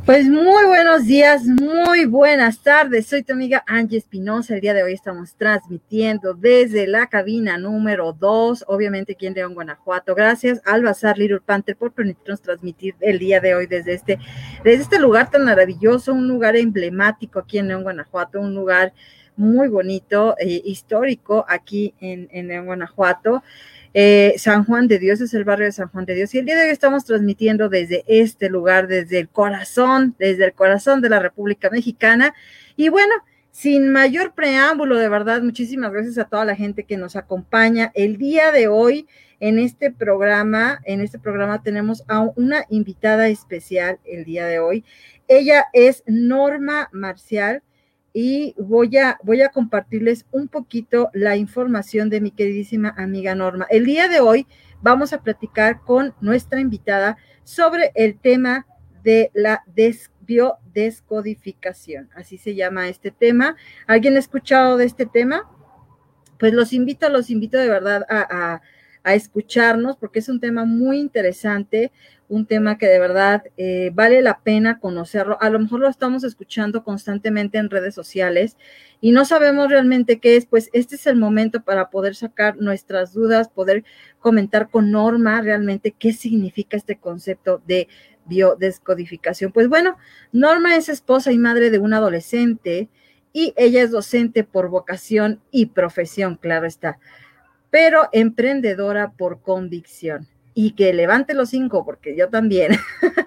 Pues muy buenos días, muy buenas tardes. Soy tu amiga Angie Espinosa. El día de hoy estamos transmitiendo desde la cabina número 2, obviamente aquí en León, Guanajuato. Gracias al Bazar Little Panther por permitirnos transmitir el día de hoy desde este lugar tan maravilloso, un lugar emblemático aquí en León, Guanajuato, un lugar muy bonito, histórico aquí en León, Guanajuato. San Juan de Dios, es el barrio de San Juan de Dios, y el día de hoy estamos transmitiendo desde este lugar, desde el corazón de la República Mexicana. Y bueno, sin mayor preámbulo, de verdad, muchísimas gracias a toda la gente que nos acompaña el día de hoy en este programa. En este programa tenemos a una invitada especial el día de hoy. Ella es Norma Marcial, y voy a compartirles un poquito la información de mi queridísima amiga Norma. El día de hoy vamos a platicar con nuestra invitada sobre el tema de la biodescodificación. Así se llama este tema. ¿Alguien ha escuchado de este tema? Pues los invito de verdad a escucharnos, porque es un tema muy interesante, un tema que de verdad vale la pena conocerlo. A lo mejor lo estamos escuchando constantemente en redes sociales y no sabemos realmente qué es. Pues este es el momento para poder sacar nuestras dudas, poder comentar con Norma realmente qué significa este concepto de biodescodificación. Pues bueno, Norma es esposa y madre de un adolescente, y ella es docente por vocación y profesión, claro está, pero emprendedora por convicción. Y que levante los 5, porque yo también.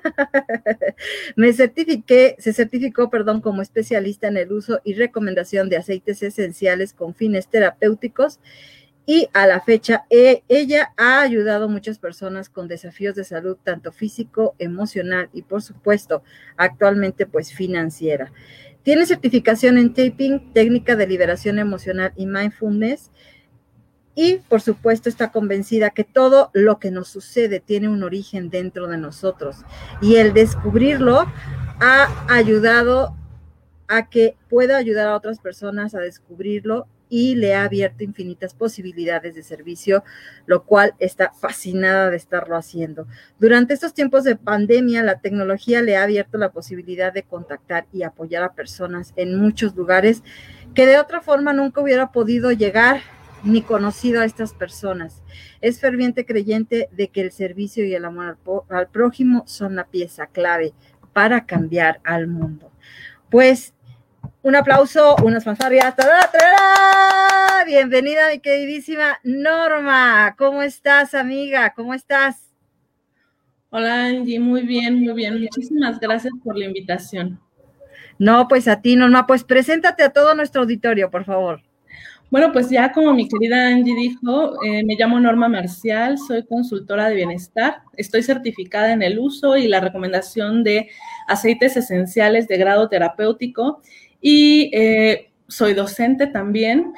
Se certificó, como especialista en el uso y recomendación de aceites esenciales con fines terapéuticos, y a la fecha ella ha ayudado a muchas personas con desafíos de salud, tanto físico, emocional y por supuesto actualmente pues financiera. Tiene certificación en taping, técnica de liberación emocional y mindfulness, y por supuesto está convencida que todo lo que nos sucede tiene un origen dentro de nosotros, y el descubrirlo ha ayudado a que pueda ayudar a otras personas a descubrirlo, y le ha abierto infinitas posibilidades de servicio, lo cual está fascinada de estarlo haciendo. Durante estos tiempos de pandemia, la tecnología le ha abierto la posibilidad de contactar y apoyar a personas en muchos lugares que de otra forma nunca hubiera podido llegar ni conocido a estas personas. Es ferviente creyente de que el servicio y el amor al prójimo son la pieza clave para cambiar al mundo. Pues un aplauso, unas fanfarrias. ¡Tará, tará! Bienvenida, mi queridísima Norma. ¿Cómo estás, amiga? ¿Cómo estás? Hola Angie, muy bien, muy bien. Muchísimas gracias por la invitación. No, pues a ti, Norma, pues preséntate a todo nuestro auditorio, por favor. Bueno, pues ya como mi querida Angie dijo, me llamo Norma Marcial, soy consultora de bienestar, estoy certificada en el uso y la recomendación de aceites esenciales de grado terapéutico, y soy docente también.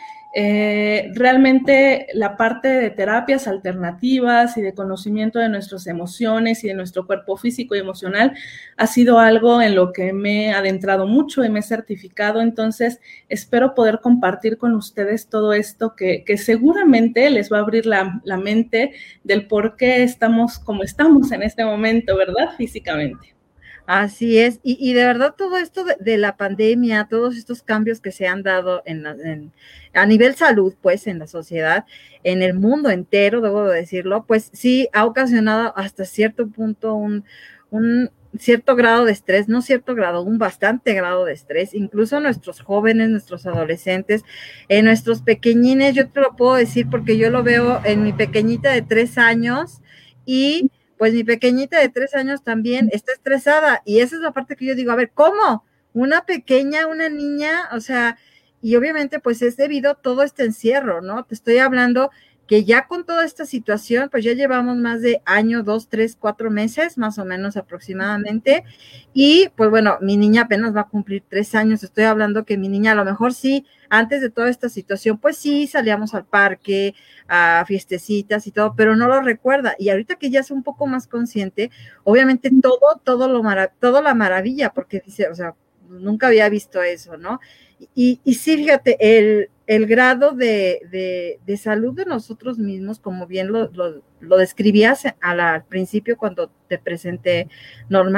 Realmente la parte de terapias alternativas y de conocimiento de nuestras emociones y de nuestro cuerpo físico y emocional ha sido algo en lo que me he adentrado mucho y me he certificado. Entonces espero poder compartir con ustedes todo esto que seguramente les va a abrir la mente del por qué estamos como estamos en este momento, ¿verdad? Físicamente. Así es, y de verdad todo esto de la pandemia, todos estos cambios que se han dado a nivel salud, pues en la sociedad, en el mundo entero, debo de decirlo, pues sí ha ocasionado hasta cierto punto un cierto grado de estrés, no cierto grado, un bastante grado de estrés, incluso nuestros jóvenes, nuestros adolescentes, nuestros pequeñines. Yo te lo puedo decir porque yo lo veo en mi pequeñita de 3 años, y pues mi pequeñita de 3 años también está estresada, y esa es la parte que yo digo, a ver, ¿cómo? Una pequeña, una niña, o sea, y obviamente pues es debido a todo este encierro, ¿no? Te estoy hablando que ya con toda esta situación, pues ya llevamos más de año, 2, 3, 4 meses, más o menos aproximadamente, y pues bueno, mi niña apenas va a cumplir 3 años. Estoy hablando que mi niña a lo mejor sí, antes de toda esta situación, pues sí, salíamos al parque, a fiestecitas y todo, pero no lo recuerda, y ahorita que ya es un poco más consciente, obviamente todo la maravilla, porque dice, o sea, nunca había visto eso, ¿no? Y sí, fíjate, el grado de salud de nosotros mismos, como bien lo describías al principio cuando te presenté, Norma,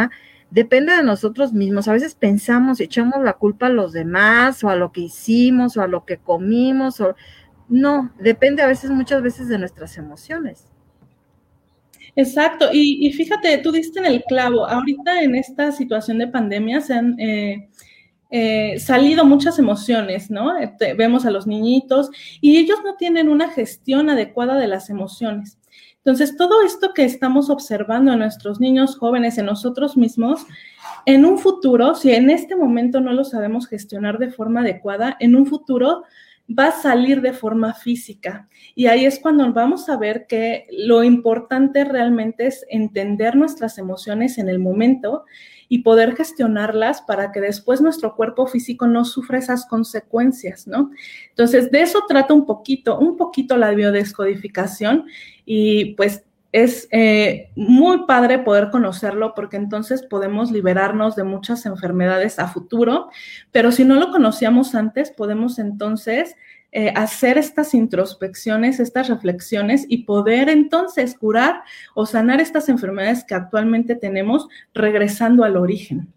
depende de nosotros mismos. A veces pensamos y echamos la culpa a los demás, o a lo que hicimos, o a lo que comimos, o no, depende a veces, muchas veces, de nuestras emociones. Exacto, y fíjate, tú diste en el clavo. Ahorita en esta situación de pandemia se han salido muchas emociones, ¿no? Vemos a los niñitos y ellos no tienen una gestión adecuada de las emociones. Entonces, todo esto que estamos observando en nuestros niños jóvenes, en nosotros mismos, en un futuro, si en este momento no lo sabemos gestionar de forma adecuada, en un futuro va a salir de forma física. Y ahí es cuando vamos a ver que lo importante realmente es entender nuestras emociones en el momento y poder gestionarlas para que después nuestro cuerpo físico no sufra esas consecuencias, ¿no? Entonces, de eso trata un poquito la biodescodificación, y pues es muy padre poder conocerlo, porque entonces podemos liberarnos de muchas enfermedades a futuro, pero si no lo conocíamos antes, podemos entonces hacer estas introspecciones, estas reflexiones, y poder entonces curar o sanar estas enfermedades que actualmente tenemos, regresando al origen.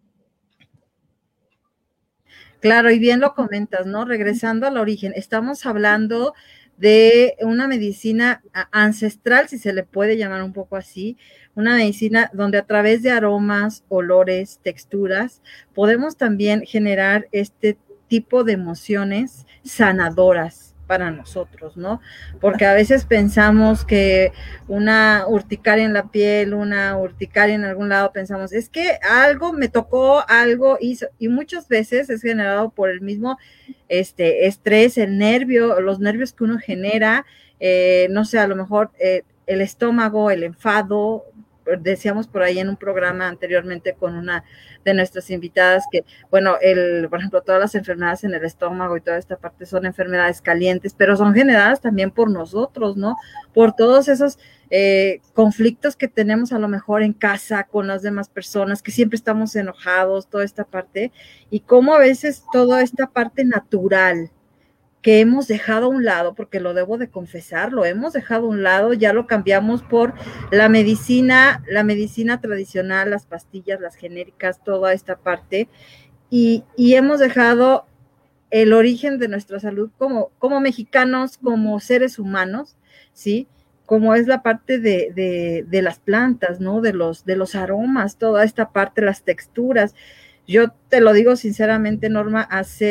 Claro, y bien lo comentas, ¿no? Regresando al origen, estamos hablando de una medicina ancestral, si se le puede llamar un poco así, una medicina donde a través de aromas, olores, texturas, podemos también generar este tipo de emociones sanadoras para nosotros, ¿no? Porque a veces pensamos que una urticaria en la piel, una urticaria en algún lado, pensamos, es que algo me tocó, algo hizo, y muchas veces es generado por el mismo estrés, el nervio, los nervios que uno genera, no sé, a lo mejor el estómago, el enfado. Decíamos por ahí en un programa anteriormente con una de nuestras invitadas que, bueno, por ejemplo, todas las enfermedades en el estómago y toda esta parte son enfermedades calientes, pero son generadas también por nosotros, ¿no? Por todos esos conflictos que tenemos a lo mejor en casa con las demás personas, que siempre estamos enojados, toda esta parte, y cómo a veces toda esta parte natural que hemos dejado a un lado, porque lo debo de confesar, lo hemos dejado a un lado, ya lo cambiamos por la medicina tradicional, las pastillas, las genéricas, toda esta parte, y hemos dejado el origen de nuestra salud como mexicanos, como seres humanos, ¿sí? Como es la parte de las plantas, ¿no? De los aromas, toda esta parte, las texturas. Yo te lo digo sinceramente, Norma,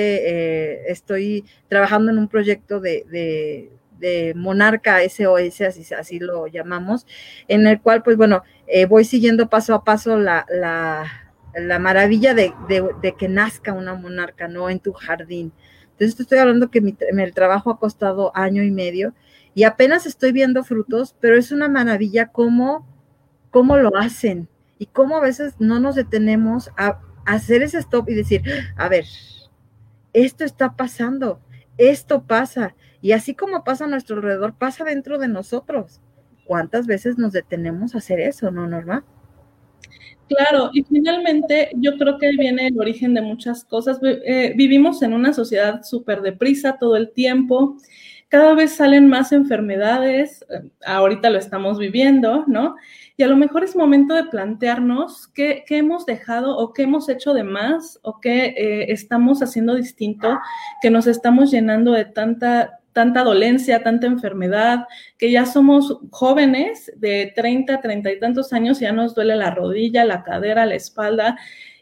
estoy trabajando en un proyecto de Monarca SOS, así lo llamamos, en el cual, pues bueno, voy siguiendo paso a paso la maravilla de que nazca una monarca, ¿no? En tu jardín. Entonces te estoy hablando que el trabajo ha costado 1 año y medio y apenas estoy viendo frutos, pero es una maravilla cómo lo hacen y cómo a veces no nos detenemos a hacer ese stop y decir, a ver, esto está pasando, esto pasa, y así como pasa a nuestro alrededor, pasa dentro de nosotros. ¿Cuántas veces nos detenemos a hacer eso, no, Norma? Claro, y finalmente yo creo que viene el origen de muchas cosas. Vivimos en una sociedad súper deprisa todo el tiempo, cada vez salen más enfermedades, ahorita lo estamos viviendo, ¿no? Y a lo mejor es momento de plantearnos qué hemos dejado o qué hemos hecho de más o qué estamos haciendo distinto, que nos estamos llenando de tanta dolencia, tanta enfermedad, que ya somos jóvenes de 30 y tantos años, ya nos duele la rodilla, la cadera, la espalda,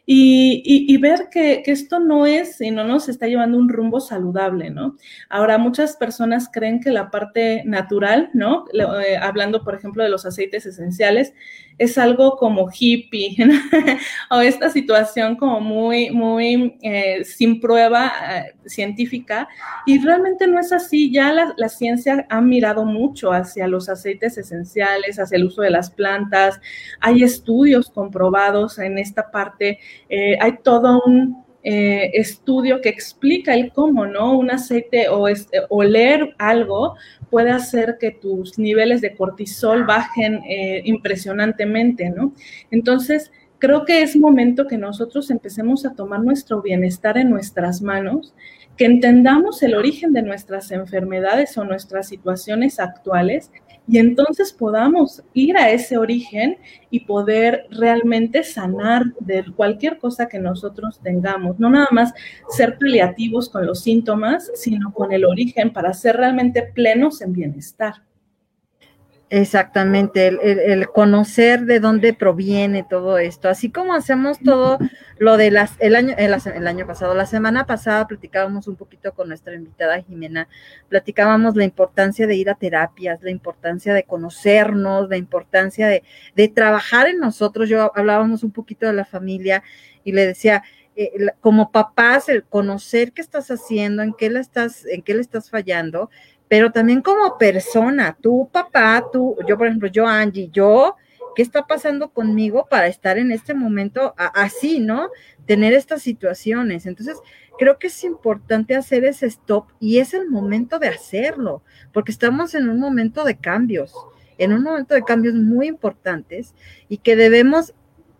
y ver que esto no es y no nos está llevando un rumbo saludable, ¿no? Ahora, muchas personas creen que la parte natural, ¿no? Hablando, por ejemplo, de los aceites esenciales, es algo como hippie, ¿no? O esta situación como muy sin prueba científica, y realmente no es así. Ya la ciencia ha mirado mucho hacia los aceites esenciales, hacia el uso de las plantas, hay estudios comprobados en esta parte, hay todo un estudio que explica el cómo, ¿no? Un aceite o oler algo puede hacer que tus niveles de cortisol bajen impresionantemente, ¿no? Entonces, creo que es momento que nosotros empecemos a tomar nuestro bienestar en nuestras manos, que entendamos el origen de nuestras enfermedades o nuestras situaciones actuales y entonces podamos ir a ese origen y poder realmente sanar de cualquier cosa que nosotros tengamos. No nada más ser paliativos con los síntomas, sino con el origen para ser realmente plenos en bienestar. Exactamente, el conocer de dónde proviene todo esto, así como hacemos todo lo de el año pasado, la semana pasada platicábamos un poquito con nuestra invitada Jimena, platicábamos la importancia de ir a terapias, la importancia de conocernos, la importancia de trabajar en nosotros. Yo hablábamos un poquito de la familia y le decía, como papás, el conocer qué estás haciendo, en qué le estás fallando, pero también como persona, tú papá, yo por ejemplo, yo Angie, ¿qué está pasando conmigo para estar en este momento así, ¿no? Tener estas situaciones. Entonces, creo que es importante hacer ese stop y es el momento de hacerlo, porque estamos en un momento de cambios muy importantes y que debemos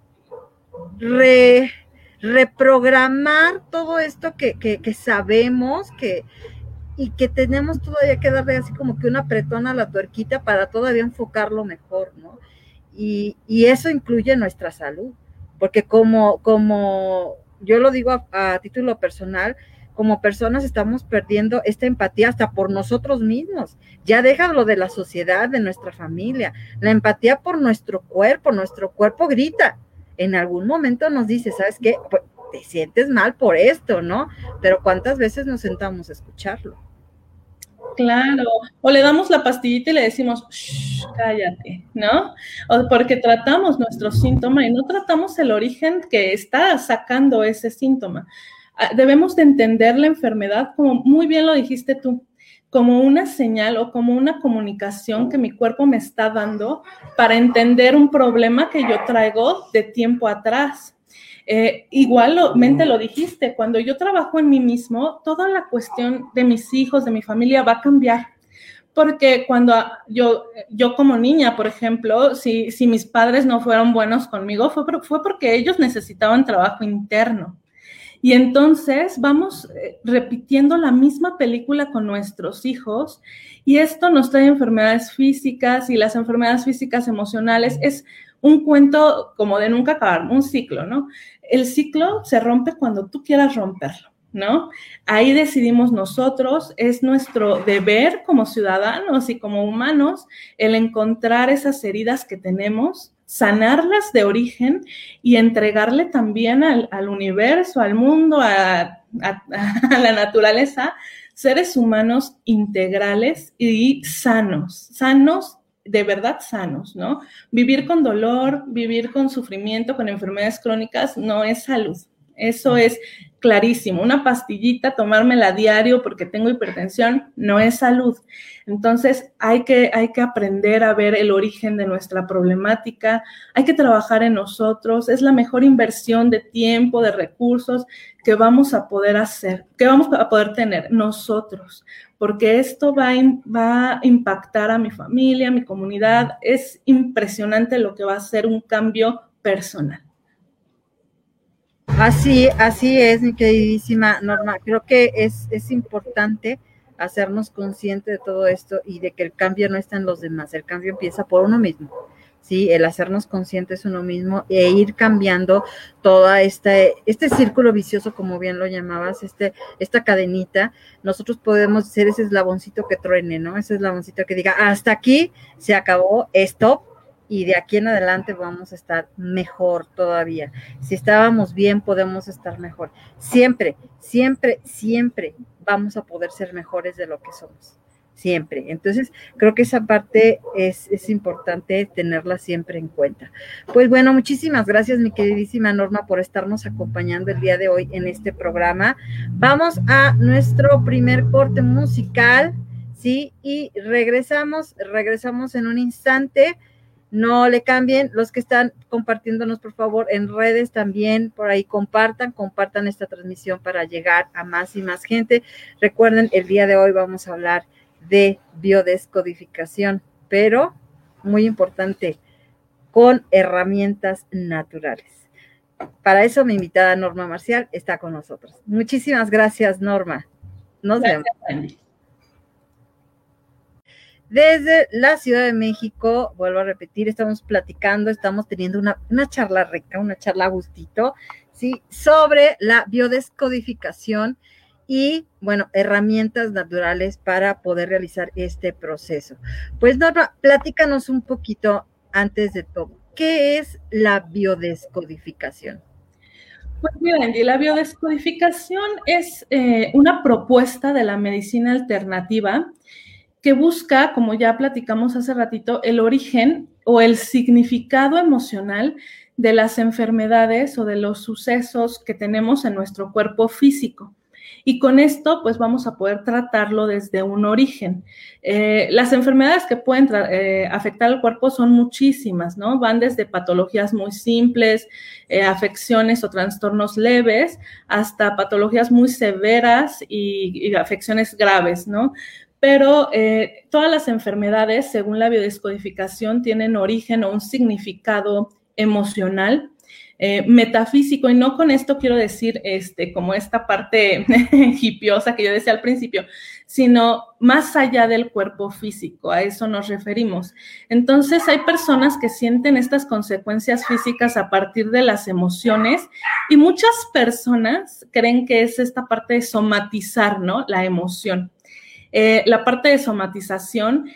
reprogramar todo esto que sabemos y que tenemos todavía que darle así como que una apretón a la tuerquita para todavía enfocarlo mejor, ¿no? Y eso incluye nuestra salud, porque como yo lo digo a título personal, como personas estamos perdiendo esta empatía hasta por nosotros mismos. Ya deja lo de la sociedad, de nuestra familia, la empatía por nuestro cuerpo grita. En algún momento nos dice, ¿sabes qué? Pues te sientes mal por esto, ¿no? Pero ¿cuántas veces nos sentamos a escucharlo? Claro, o le damos la pastillita y le decimos, shh, cállate, ¿no? O porque tratamos nuestro síntoma y no tratamos el origen que está sacando ese síntoma. Debemos de entender la enfermedad, como muy bien lo dijiste tú, como una señal o como una comunicación que mi cuerpo me está dando para entender un problema que yo traigo de tiempo atrás. Igualmente lo dijiste, cuando yo trabajo en mí mismo, toda la cuestión de mis hijos, de mi familia va a cambiar. Porque cuando yo como niña, por ejemplo, si mis padres no fueron buenos conmigo, fue porque ellos necesitaban trabajo interno. Y entonces vamos repitiendo la misma película con nuestros hijos y esto nos trae enfermedades físicas y las enfermedades físicas emocionales es un cuento como de nunca acabar, un ciclo, ¿no? El ciclo se rompe cuando tú quieras romperlo, ¿no? Ahí decidimos nosotros, es nuestro deber como ciudadanos y como humanos el encontrar esas heridas que tenemos, sanarlas de origen y entregarle también al universo, al mundo, a la naturaleza, seres humanos integrales y sanos, de verdad sanos, ¿no? Vivir con dolor, vivir con sufrimiento, con enfermedades crónicas, no es salud. Eso es clarísimo. Una pastillita, tomármela a diario porque tengo hipertensión, no es salud. Entonces, hay que aprender a ver el origen de nuestra problemática, hay que trabajar en nosotros, es la mejor inversión de tiempo, de recursos que vamos a poder hacer, que vamos a poder tener nosotros, porque esto va a impactar a mi familia, a mi comunidad. Es impresionante lo que va a ser un cambio personal. Así es, mi queridísima Norma. Creo que es importante hacernos conscientes de todo esto y de que el cambio no está en los demás, el cambio empieza por uno mismo. Sí, el hacernos conscientes uno mismo e ir cambiando toda este círculo vicioso, como bien lo llamabas, esta cadenita. Nosotros podemos ser ese eslaboncito que truene, ¿no? Ese eslaboncito que diga, hasta aquí se acabó, stop, y de aquí en adelante vamos a estar mejor todavía. Si estábamos bien, podemos estar mejor. Siempre, siempre, siempre vamos a poder ser mejores de lo que somos. Siempre. Entonces, creo que esa parte es importante tenerla siempre en cuenta. Pues bueno, muchísimas gracias, mi queridísima Norma, por estarnos acompañando el día de hoy en este programa. Vamos a nuestro primer corte musical, ¿sí? Y regresamos en un instante. No le cambien, los que están compartiéndonos, por favor, en redes también, por ahí compartan esta transmisión para llegar a más y más gente. Recuerden, el día de hoy vamos a hablar de biodescodificación, pero muy importante, con herramientas naturales. Para eso mi invitada Norma Marcial está con nosotros. Muchísimas gracias, Norma. Nos vemos. Desde la Ciudad de México, vuelvo a repetir, estamos platicando, estamos teniendo una charla rica, una charla a gustito, ¿sí? Sobre la biodescodificación y, bueno, herramientas naturales para poder realizar este proceso. Pues, Norma, platícanos un poquito antes de todo. ¿Qué es la biodescodificación? Pues mira, Angie, la biodescodificación es una propuesta de la medicina alternativa que busca, como ya platicamos hace ratito, el origen o el significado emocional de las enfermedades o de los sucesos que tenemos en nuestro cuerpo físico. Y con esto, pues vamos a poder tratarlo desde un origen. Las enfermedades que pueden afectar al cuerpo son muchísimas, ¿no? Van desde patologías muy simples, afecciones o trastornos leves, hasta patologías muy severas y afecciones graves, ¿no? Pero todas las enfermedades, según la biodescodificación, tienen origen o un significado emocional, metafísico, y no con esto quiero decir como esta parte hipiosa que yo decía al principio, sino más allá del cuerpo físico, a eso nos referimos. Entonces hay personas que sienten estas consecuencias físicas a partir de las emociones y muchas personas creen que es esta parte de somatizar, ¿no? La emoción. La parte de somatización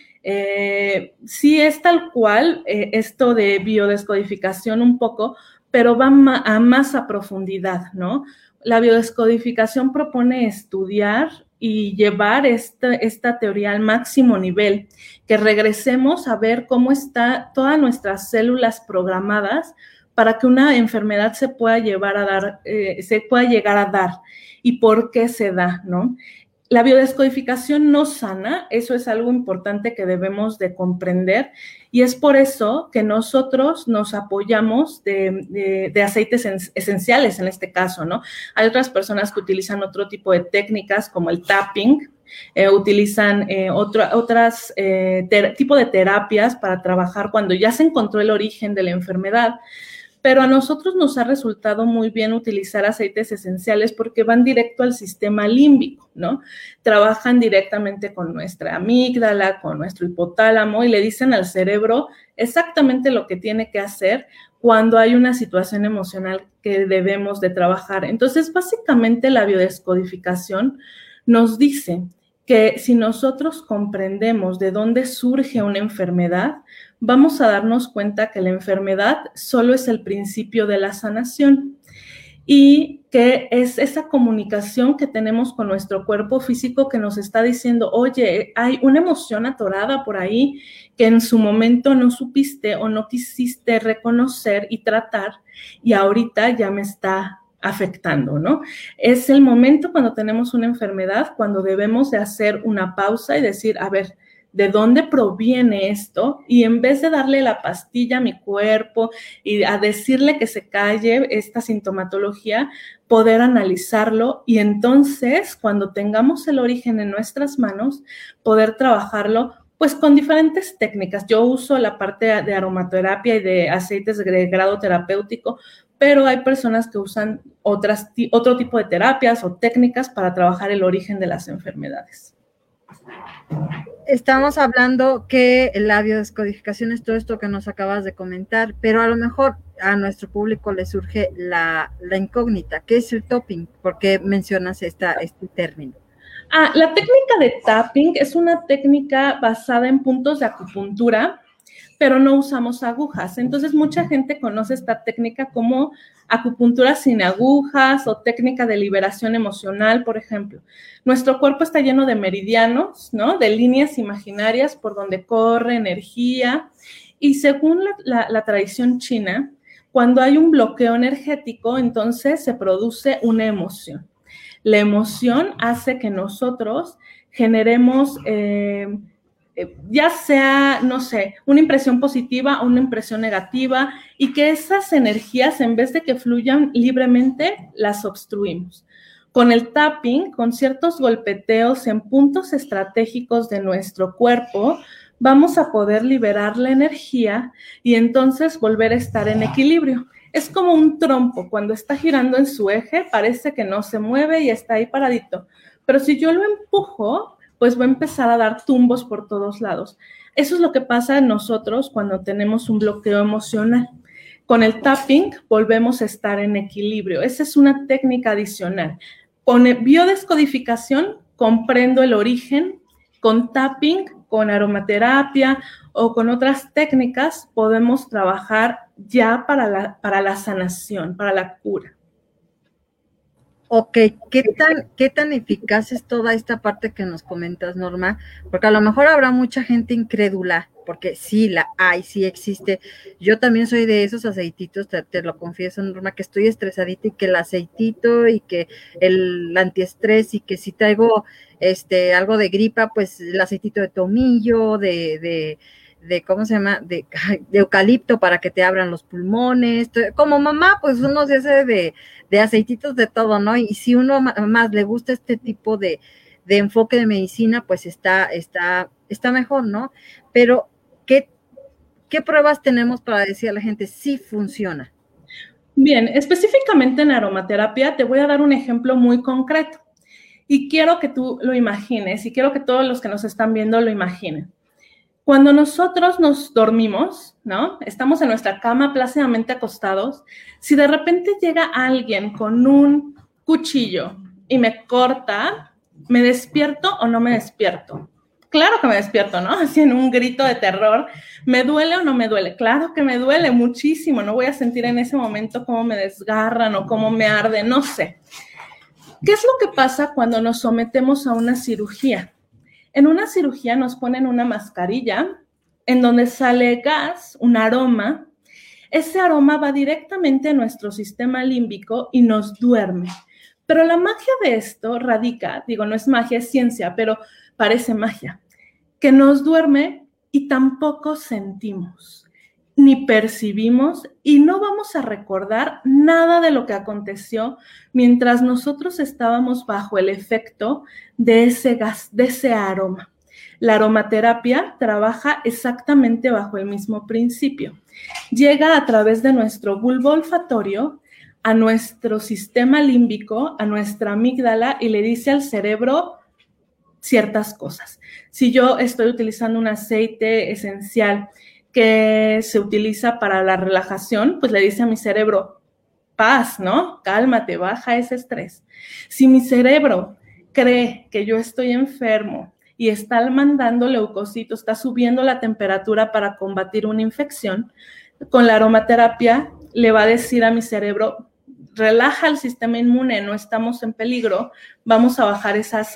sí es tal cual esto de biodescodificación un poco, pero va más a profundidad, ¿no? La biodescodificación propone estudiar y llevar esta teoría al máximo nivel, que regresemos a ver cómo están todas nuestras células programadas para que una enfermedad se pueda llegar a dar y por qué se da, ¿no? La biodescodificación no sana, eso es algo importante que debemos de comprender, y es por eso que nosotros nos apoyamos de aceites esenciales en este caso, ¿no? Hay otras personas que utilizan otro tipo de técnicas como el tapping, utilizan otras tipo de terapias para trabajar cuando ya se encontró el origen de la enfermedad. Pero a nosotros nos ha resultado muy bien utilizar aceites esenciales porque van directo al sistema límbico, ¿no? Trabajan directamente con nuestra amígdala, con nuestro hipotálamo y le dicen al cerebro exactamente lo que tiene que hacer cuando hay una situación emocional que debemos de trabajar. Entonces, básicamente la biodescodificación nos dice que si nosotros comprendemos de dónde surge una enfermedad, vamos a darnos cuenta que la enfermedad solo es el principio de la sanación y que es esa comunicación que tenemos con nuestro cuerpo físico que nos está diciendo, oye, hay una emoción atorada por ahí que en su momento no supiste o no quisiste reconocer y tratar y ahorita ya me está afectando, ¿no? Es el momento cuando tenemos una enfermedad, cuando debemos de hacer una pausa y decir, a ver, ¿de dónde proviene esto? Y en vez de darle la pastilla a mi cuerpo y a decirle que se calle esta sintomatología, poder analizarlo y entonces, cuando tengamos el origen en nuestras manos, poder trabajarlo pues con diferentes técnicas. Yo uso la parte de aromaterapia y de aceites de grado terapéutico, pero hay personas que usan otro tipo de terapias o técnicas para trabajar el origen de las enfermedades. Estamos hablando que la biodescodificación es todo esto que nos acabas de comentar, pero a lo mejor a nuestro público le surge la incógnita. ¿Qué es el tapping? ¿Por qué mencionas este término? La técnica de tapping es una técnica basada en puntos de acupuntura, pero no usamos agujas. Entonces, mucha gente conoce esta técnica como acupuntura sin agujas o técnica de liberación emocional, por ejemplo. Nuestro cuerpo está lleno de meridianos, ¿no? De líneas imaginarias por donde corre energía. Y según la tradición china, cuando hay un bloqueo energético, entonces se produce una emoción. La emoción hace que nosotros generemos ya sea, no sé, una impresión positiva o una impresión negativa y que esas energías, en vez de que fluyan libremente, las obstruimos. Con el tapping, con ciertos golpeteos en puntos estratégicos de nuestro cuerpo, vamos a poder liberar la energía y entonces volver a estar en equilibrio. Es como un trompo, cuando está girando en su eje, parece que no se mueve y está ahí paradito. Pero si yo lo empujo, pues va a empezar a dar tumbos por todos lados. Eso es lo que pasa en nosotros cuando tenemos un bloqueo emocional. Con el tapping volvemos a estar en equilibrio. Esa es una técnica adicional. Con biodescodificación comprendo el origen, con tapping, con aromaterapia o con otras técnicas podemos trabajar ya para la sanación, para la cura. Ok, ¿qué tan eficaz es toda esta parte que nos comentas, Norma? Porque a lo mejor habrá mucha gente incrédula, porque sí la hay, sí existe. Yo también soy de esos aceititos, te lo confieso, Norma, que estoy estresadita y que el aceitito y que el antiestrés y que si traigo algo de gripa, pues el aceitito de tomillo, de ¿cómo se llama? De eucalipto para que te abran los pulmones. Como mamá, pues uno se hace de aceititos de todo, ¿no? Y si uno más le gusta este tipo de enfoque de medicina, pues está mejor, ¿no? Pero, ¿qué pruebas tenemos para decir a la gente si funciona? Bien, específicamente en aromaterapia te voy a dar un ejemplo muy concreto. Y quiero que tú lo imagines y quiero que todos los que nos están viendo lo imaginen. Cuando nosotros nos dormimos, ¿no? Estamos en nuestra cama plácidamente acostados. Si de repente llega alguien con un cuchillo y me corta, ¿me despierto o no me despierto? Claro que me despierto, ¿no? Así en un grito de terror. ¿Me duele o no me duele? Claro que me duele muchísimo. No voy a sentir en ese momento cómo me desgarran o cómo me arde, no sé. ¿Qué es lo que pasa cuando nos sometemos a una cirugía? En una cirugía nos ponen una mascarilla en donde sale gas, un aroma. Ese aroma va directamente a nuestro sistema límbico y nos duerme. Pero la magia de esto radica, digo, no es magia, es ciencia, pero parece magia, que nos duerme y tampoco sentimos, ni percibimos y no vamos a recordar nada de lo que aconteció mientras nosotros estábamos bajo el efecto de ese gas, de ese aroma. La aromaterapia trabaja exactamente bajo el mismo principio. Llega a través de nuestro bulbo olfatorio a nuestro sistema límbico, a nuestra amígdala y le dice al cerebro ciertas cosas. Si yo estoy utilizando un aceite esencial que se utiliza para la relajación, pues le dice a mi cerebro, paz, ¿no? Cálmate, baja ese estrés. Si mi cerebro cree que yo estoy enfermo y está mandando leucocitos, está subiendo la temperatura para combatir una infección, con la aromaterapia le va a decir a mi cerebro, relaja el sistema inmune, no estamos en peligro, vamos a bajar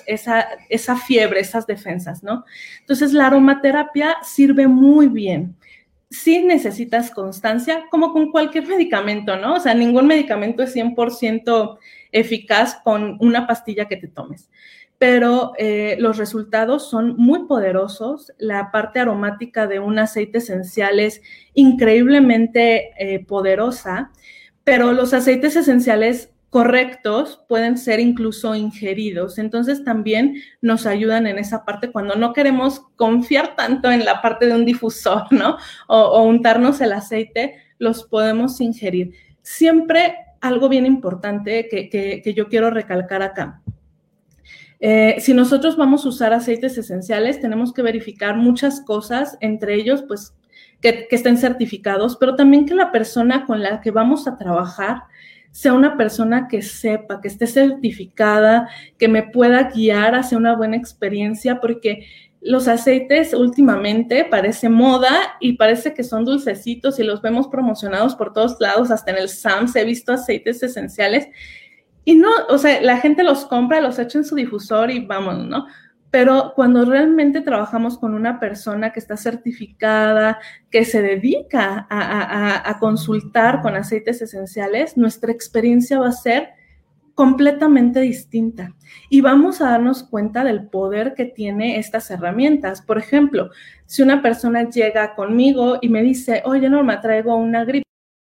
esa fiebre, esas defensas, ¿no? Entonces, la aromaterapia sirve muy bien. Sí necesitas constancia, como con cualquier medicamento, ¿no? O sea, ningún medicamento es 100% eficaz con una pastilla que te tomes. Pero los resultados son muy poderosos. La parte aromática de un aceite esencial es increíblemente poderosa, pero los aceites esenciales correctos pueden ser incluso ingeridos. Entonces también nos ayudan en esa parte cuando no queremos confiar tanto en la parte de un difusor, ¿no? O untarnos el aceite, los podemos ingerir. Siempre algo bien importante que yo quiero recalcar acá. Si nosotros vamos a usar aceites esenciales, tenemos que verificar muchas cosas, entre ellos, pues, que estén certificados, pero también que la persona con la que vamos a trabajar sea una persona que sepa, que esté certificada, que me pueda guiar hacia una buena experiencia, porque los aceites últimamente parece moda y parece que son dulcecitos y los vemos promocionados por todos lados, hasta en el Sam's he visto aceites esenciales y no, o sea, la gente los compra, los echa en su difusor y vámonos, ¿no? Pero cuando realmente trabajamos con una persona que está certificada, que se dedica a consultar con aceites esenciales, nuestra experiencia va a ser completamente distinta y vamos a darnos cuenta del poder que tiene estas herramientas. Por ejemplo, si una persona llega conmigo y me dice, oye, Norma, traigo una gripe,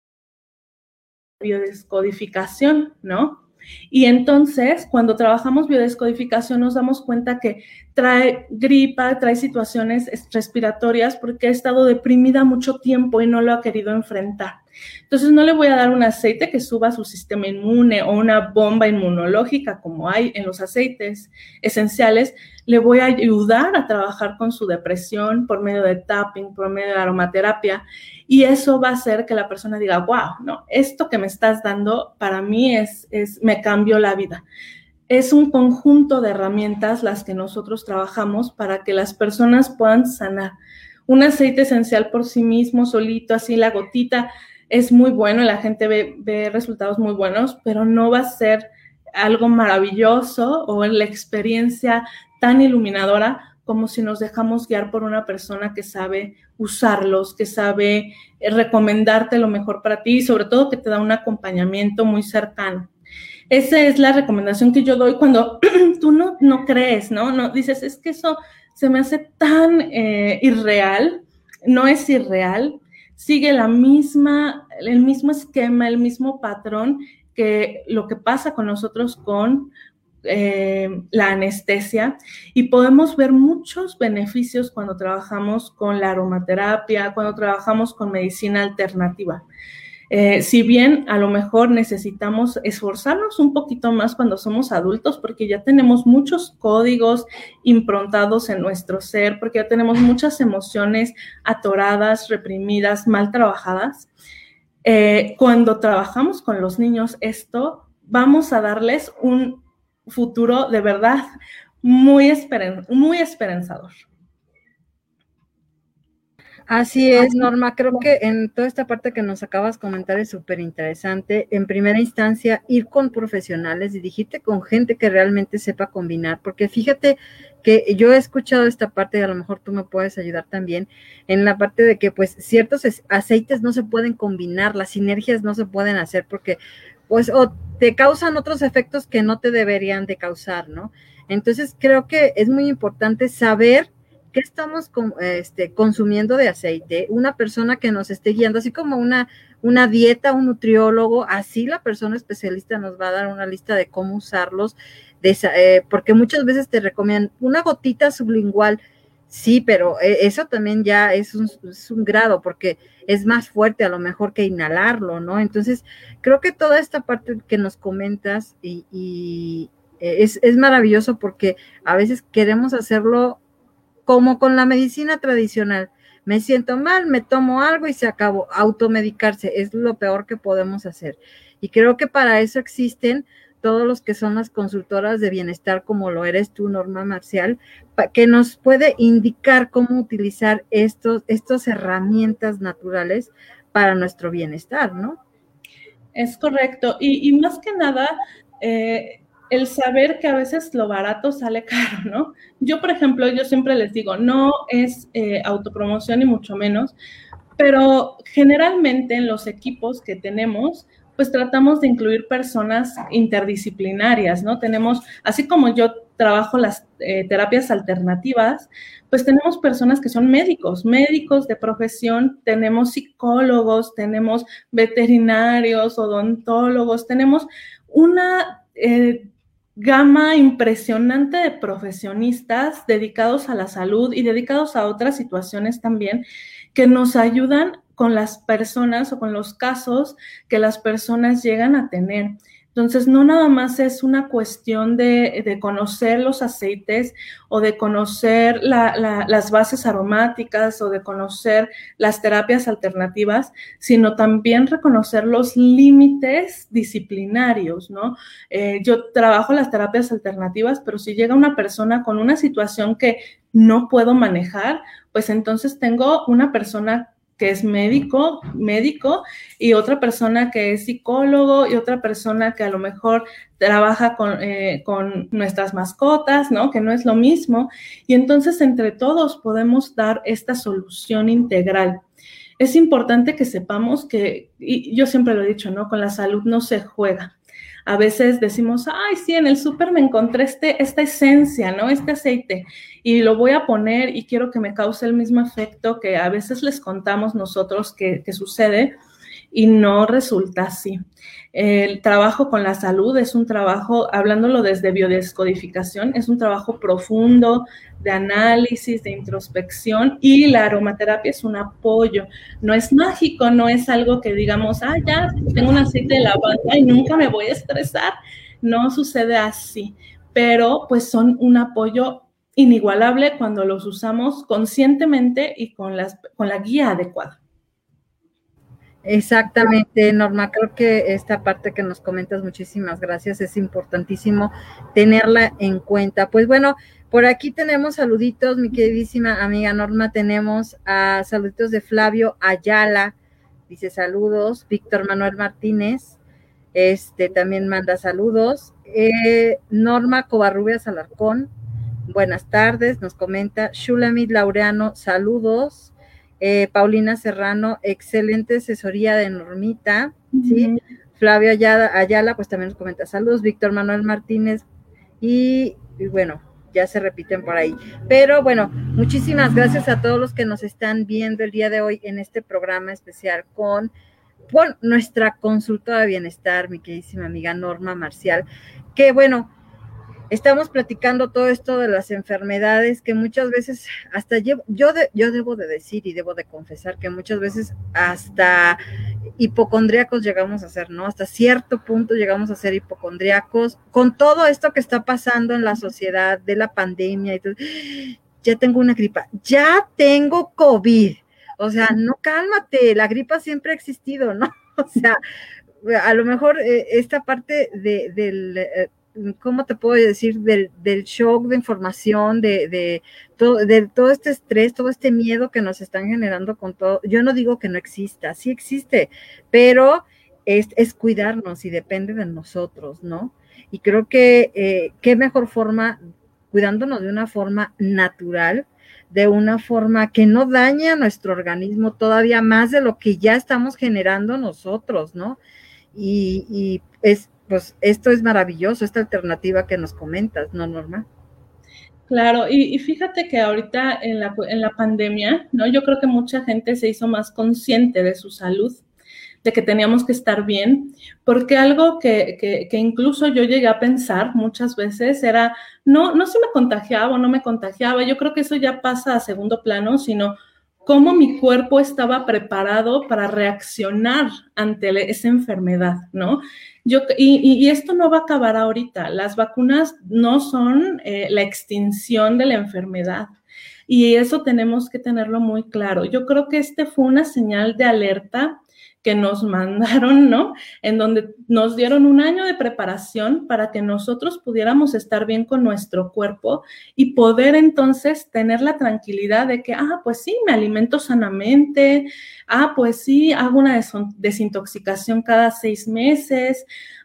biodescodificación, ¿no? Y entonces, cuando trabajamos biodescodificación, nos damos cuenta que trae gripa, trae situaciones respiratorias porque ha estado deprimida mucho tiempo y no lo ha querido enfrentar. Entonces no le voy a dar un aceite que suba su sistema inmune o una bomba inmunológica como hay en los aceites esenciales. Le voy a ayudar a trabajar con su depresión por medio de tapping, por medio de aromaterapia, y eso va a hacer que la persona diga, wow, no, esto que me estás dando para mí me cambió la vida. Es un conjunto de herramientas las que nosotros trabajamos para que las personas puedan sanar. Un aceite esencial por sí mismo, solito, así la gotita, es muy bueno, la gente ve resultados muy buenos, pero no va a ser algo maravilloso o la experiencia tan iluminadora como si nos dejamos guiar por una persona que sabe usarlos, que sabe recomendarte lo mejor para ti y sobre todo que te da un acompañamiento muy cercano. Esa es la recomendación que yo doy cuando tú no crees, ¿no? No dices, es que eso se me hace tan irreal. No es irreal, sigue el mismo esquema, el mismo patrón que lo que pasa con nosotros con la anestesia, y podemos ver muchos beneficios cuando trabajamos con la aromaterapia, cuando trabajamos con medicina alternativa. Si bien a lo mejor necesitamos esforzarnos un poquito más cuando somos adultos, porque ya tenemos muchos códigos improntados en nuestro ser, porque ya tenemos muchas emociones atoradas, reprimidas, mal trabajadas. Cuando trabajamos con los niños vamos a darles un futuro de verdad muy esperanzador. Así es, Norma. Creo que en toda esta parte que nos acabas de comentar es súper interesante. En primera instancia, ir con profesionales, dirigirte con gente que realmente sepa combinar, porque fíjate que yo he escuchado esta parte y a lo mejor tú me puedes ayudar también en la parte de que pues ciertos aceites no se pueden combinar, las sinergias no se pueden hacer porque pues o te causan otros efectos que no te deberían de causar, ¿no? Entonces creo que es muy importante saber qué estamos consumiendo de aceite, una persona que nos esté guiando, así como una dieta, un nutriólogo, así la persona especialista nos va a dar una lista de cómo usarlos, porque muchas veces te recomiendan una gotita sublingual, sí, pero eso también ya es un grado, porque es más fuerte a lo mejor que inhalarlo, ¿no? Entonces, creo que toda esta parte que nos comentas es maravilloso porque a veces queremos hacerlo como con la medicina tradicional. Me siento mal, me tomo algo y se acabó. Automedicarse es lo peor que podemos hacer. Y creo que para eso existen todos los que son las consultoras de bienestar, como lo eres tú, Norma Marcial, que nos puede indicar cómo utilizar estas herramientas naturales para nuestro bienestar, ¿no? Es correcto. Y más que nada, el saber que a veces lo barato sale caro, ¿no? Yo, por ejemplo, yo siempre les digo, no es autopromoción ni mucho menos, pero generalmente en los equipos que tenemos, pues tratamos de incluir personas interdisciplinarias, ¿no? Tenemos, así como yo trabajo las terapias alternativas, pues tenemos personas que son médicos de profesión, tenemos psicólogos, tenemos veterinarios, odontólogos, tenemos una gama impresionante de profesionistas dedicados a la salud y dedicados a otras situaciones también que nos ayudan con las personas o con los casos que las personas llegan a tener. Entonces, no nada más es una cuestión de conocer los aceites o de conocer las bases aromáticas o de conocer las terapias alternativas, sino también reconocer los límites disciplinarios, ¿no? Yo trabajo las terapias alternativas, pero si llega una persona con una situación que no puedo manejar, pues entonces tengo una persona que es médico, y otra persona que es psicólogo, y otra persona que a lo mejor trabaja con nuestras mascotas, ¿no? Que no es lo mismo. Y entonces entre todos podemos dar esta solución integral. Es importante que sepamos que, y yo siempre lo he dicho, ¿no? Con la salud no se juega. A veces decimos, ay, sí, en el súper me encontré esta esencia, ¿no? Este aceite, y lo voy a poner y quiero que me cause el mismo efecto que a veces les contamos nosotros que sucede. y no resulta así. El trabajo con la salud es un trabajo, hablándolo desde biodescodificación, es un trabajo profundo de análisis, de introspección, y la aromaterapia es un apoyo. No es mágico, no es algo que digamos, ya tengo un aceite de lavanda y nunca me voy a estresar. No sucede así, pero pues son un apoyo inigualable cuando los usamos conscientemente y con la guía adecuada. Exactamente, Norma, creo que esta parte que nos comentas, muchísimas gracias, es importantísimo tenerla en cuenta. Pues bueno, por aquí tenemos saluditos, mi queridísima amiga Norma, tenemos a saluditos de Flavio Ayala, dice saludos, Víctor Manuel Martínez, también manda saludos, Norma Covarrubias Alarcón, buenas tardes, nos comenta, Shulamit Laureano, saludos, Paulina Serrano, excelente asesoría de Normita, ¿sí? Flavio Ayala, pues también nos comenta saludos, Víctor Manuel Martínez, y bueno, ya se repiten por ahí. Pero bueno, muchísimas gracias a todos los que nos están viendo el día de hoy en este programa especial con nuestra consultora de bienestar, mi queridísima amiga Norma Marcial, que bueno, estamos platicando todo esto de las enfermedades que muchas veces hasta yo debo de decir y debo de confesar que muchas veces hasta hipocondríacos llegamos a ser, ¿no? Hasta cierto punto llegamos a ser hipocondríacos con todo esto que está pasando en la sociedad de la pandemia y todo. Ya tengo una gripa, ya tengo COVID. O sea, no, cálmate, la gripa siempre ha existido, ¿no? O sea, a lo mejor esta parte del ¿cómo te puedo decir? Del shock de información, de todo este estrés, todo este miedo que nos están generando con todo. Yo no digo que no exista, sí existe, pero es cuidarnos y depende de nosotros, ¿no? Y creo que qué mejor forma, cuidándonos de una forma natural, de una forma que no daña a nuestro organismo todavía más de lo que ya estamos generando nosotros, ¿no? Y pues esto es maravilloso, esta alternativa que nos comentas, ¿no, Norma? Claro, y fíjate que ahorita en la pandemia, ¿no? Yo creo que mucha gente se hizo más consciente de su salud, de que teníamos que estar bien, porque algo que incluso yo llegué a pensar muchas veces era, no si me contagiaba o no me contagiaba, yo creo que eso ya pasa a segundo plano, sino cómo mi cuerpo estaba preparado para reaccionar ante esa enfermedad, ¿no? Y esto no va a acabar ahorita. Las vacunas no son la extinción de la enfermedad. Y eso tenemos que tenerlo muy claro. Yo creo que fue una señal de alerta que nos mandaron, ¿no? En donde nos dieron un año de preparación para que nosotros pudiéramos estar bien con nuestro cuerpo y poder entonces tener la tranquilidad de que, pues sí, me alimento sanamente, pues sí, hago una desintoxicación cada 6 meses,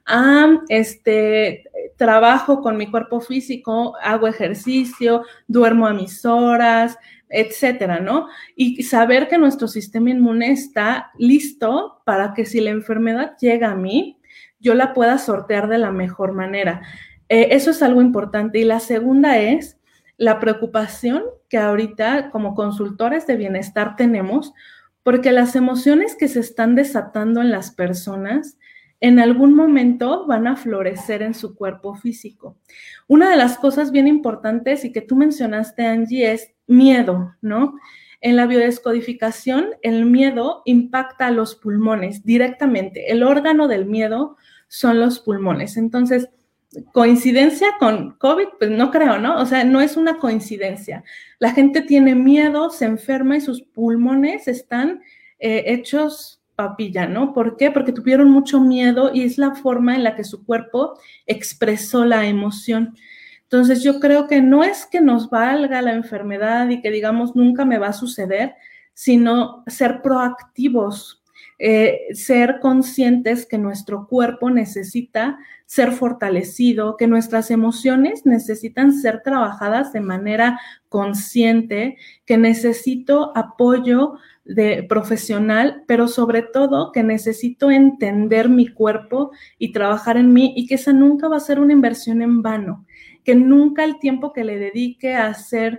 trabajo con mi cuerpo físico, hago ejercicio, duermo a mis horas, etcétera, ¿no? Y saber que nuestro sistema inmune está listo para que si la enfermedad llega a mí, yo la pueda sortear de la mejor manera. Eso es algo importante. Y la segunda es la preocupación que ahorita como consultores de bienestar tenemos, porque las emociones que se están desatando en las personas en algún momento van a florecer en su cuerpo físico. Una de las cosas bien importantes y que tú mencionaste, Angie, es miedo, ¿no? En la biodescodificación, el miedo impacta a los pulmones directamente. El órgano del miedo son los pulmones. Entonces, coincidencia con COVID, pues no creo, ¿no? O sea, no es una coincidencia. La gente tiene miedo, se enferma y sus pulmones están hechos papilla, ¿no? ¿Por qué? Porque tuvieron mucho miedo y es la forma en la que su cuerpo expresó la emoción. Entonces, yo creo que no es que nos valga la enfermedad y que digamos nunca me va a suceder, sino ser proactivos, ser conscientes que nuestro cuerpo necesita ser fortalecido, que nuestras emociones necesitan ser trabajadas de manera consciente, que necesito apoyo profesional, pero sobre todo que necesito entender mi cuerpo y trabajar en mí y que esa nunca va a ser una inversión en vano. que nunca el tiempo que le dedique a hacer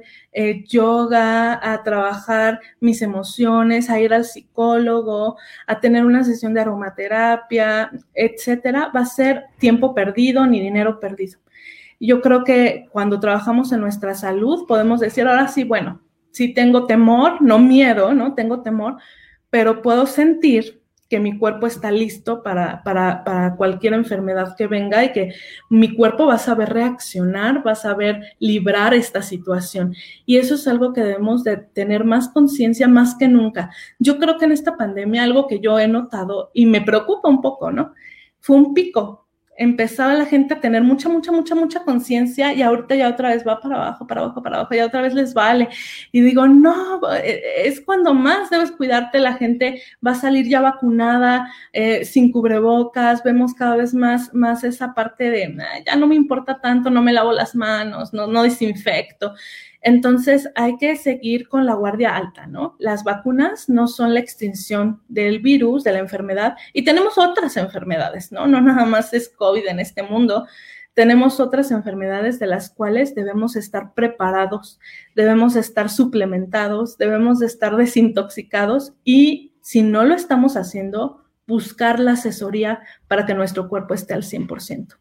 yoga, a trabajar mis emociones, a ir al psicólogo, a tener una sesión de aromaterapia, etcétera, va a ser tiempo perdido ni dinero perdido. Yo creo que cuando trabajamos en nuestra salud podemos decir, ahora sí, bueno, sí tengo temor, no miedo, ¿no? Tengo temor, pero puedo sentir que mi cuerpo está listo para cualquier enfermedad que venga y que mi cuerpo va a saber reaccionar, va a saber librar esta situación. Y eso es algo que debemos de tener más conciencia más que nunca. Yo creo que en esta pandemia algo que yo he notado y me preocupa un poco, ¿no? Fue un pico. Empezaba la gente a tener mucha conciencia y ahorita ya otra vez va para abajo, ya otra vez les vale. Y digo, no, es cuando más debes cuidarte, la gente va a salir ya vacunada, sin cubrebocas, vemos cada vez más esa parte de, ya no me importa tanto, no me lavo las manos, no desinfecto. Entonces hay que seguir con la guardia alta, ¿no? Las vacunas no son la extinción del virus, de la enfermedad, y tenemos otras enfermedades, ¿no? No nada más es COVID en este mundo, tenemos otras enfermedades de las cuales debemos estar preparados, debemos estar suplementados, debemos de estar desintoxicados y si no lo estamos haciendo, buscar la asesoría para que nuestro cuerpo esté al 100%.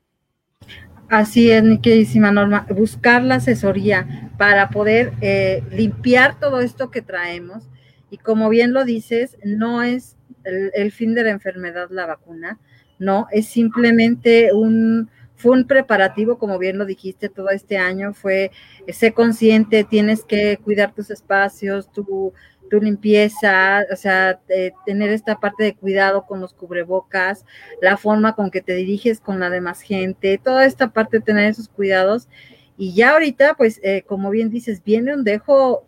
Así es, mi queridísima Norma, buscar la asesoría para poder limpiar todo esto que traemos y como bien lo dices, no es el fin de la enfermedad la vacuna, no, es simplemente fue un preparativo, como bien lo dijiste, todo este año fue, sé consciente, tienes que cuidar tus espacios, tu limpieza, o sea, tener esta parte de cuidado con los cubrebocas, la forma con que te diriges con la demás gente, toda esta parte de tener esos cuidados. Y ya ahorita, pues, como bien dices, viene un dejo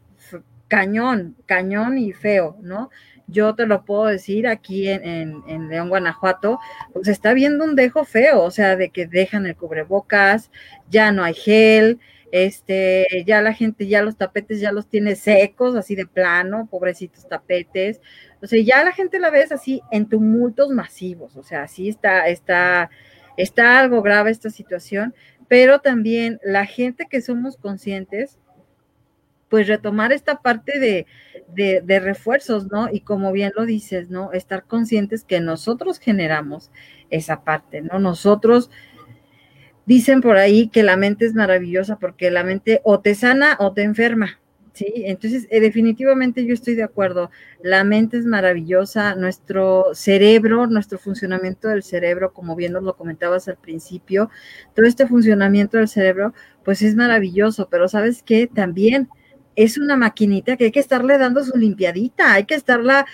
cañón y feo, ¿no? Yo te lo puedo decir aquí en León, Guanajuato, pues está viendo un dejo feo, o sea, de que dejan el cubrebocas, ya no hay gel, ya la gente, ya los tapetes ya los tiene secos, así de plano, pobrecitos tapetes, o sea, ya la gente la ves así en tumultos masivos, o sea, así está algo grave esta situación, pero también la gente que somos conscientes, pues retomar esta parte de refuerzos, ¿no? Y como bien lo dices, ¿no? Estar conscientes que nosotros generamos esa parte, ¿no? Nosotros, dicen por ahí que la mente es maravillosa porque la mente o te sana o te enferma, ¿sí? Entonces, definitivamente yo estoy de acuerdo, la mente es maravillosa, nuestro cerebro, nuestro funcionamiento del cerebro, como bien nos lo comentabas al principio, todo este funcionamiento del cerebro, pues es maravilloso, pero ¿sabes qué? También es una maquinita que hay que estarle dando su limpiadita, hay que estarla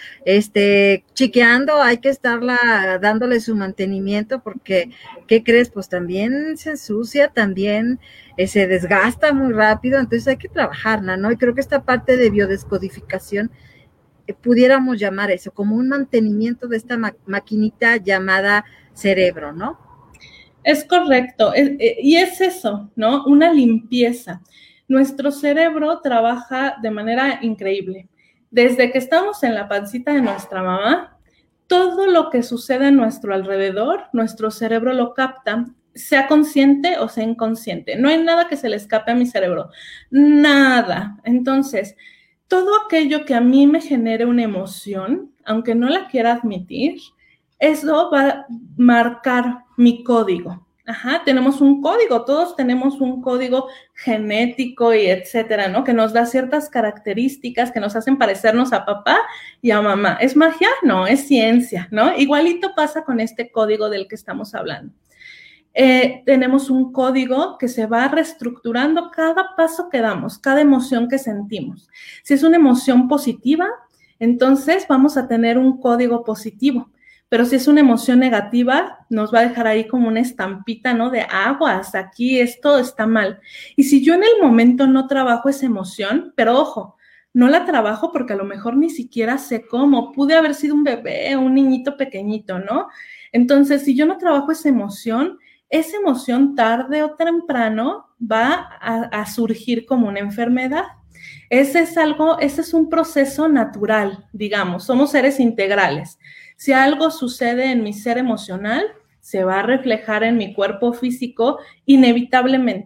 chiqueando, hay que estarla dándole su mantenimiento, porque, ¿qué crees? Pues también se ensucia, también se desgasta muy rápido, entonces hay que trabajarla, ¿no? Y creo que esta parte de biodescodificación, pudiéramos llamar eso, como un mantenimiento de esta maquinita llamada cerebro, ¿no? Es correcto, y es eso, ¿no? Una limpieza. Nuestro cerebro trabaja de manera increíble. Desde que estamos en la pancita de nuestra mamá, todo lo que sucede a nuestro alrededor, nuestro cerebro lo capta, sea consciente o sea inconsciente. No hay nada que se le escape a mi cerebro, nada. Entonces, todo aquello que a mí me genere una emoción, aunque no la quiera admitir, eso va a marcar mi código. Ajá, tenemos un código, todos tenemos un código genético y etcétera, ¿no? Que nos da ciertas características que nos hacen parecernos a papá y a mamá. ¿Es magia? No, es ciencia, ¿no? Igualito pasa con este código del que estamos hablando. Tenemos un código que se va reestructurando cada paso que damos, cada emoción que sentimos. Si es una emoción positiva, entonces vamos a tener un código positivo. Pero si es una emoción negativa, nos va a dejar ahí como una estampita, ¿no? De aguas, aquí esto está mal. Y si yo en el momento no trabajo esa emoción, pero ojo, no la trabajo porque a lo mejor ni siquiera sé cómo, pude haber sido un bebé, un niñito pequeñito, ¿no? Entonces, si yo no trabajo esa emoción tarde o temprano va a surgir como una enfermedad. Ese es un proceso natural, digamos, somos seres integrales. Si algo sucede en mi ser emocional, se va a reflejar en mi cuerpo físico inevitablemente.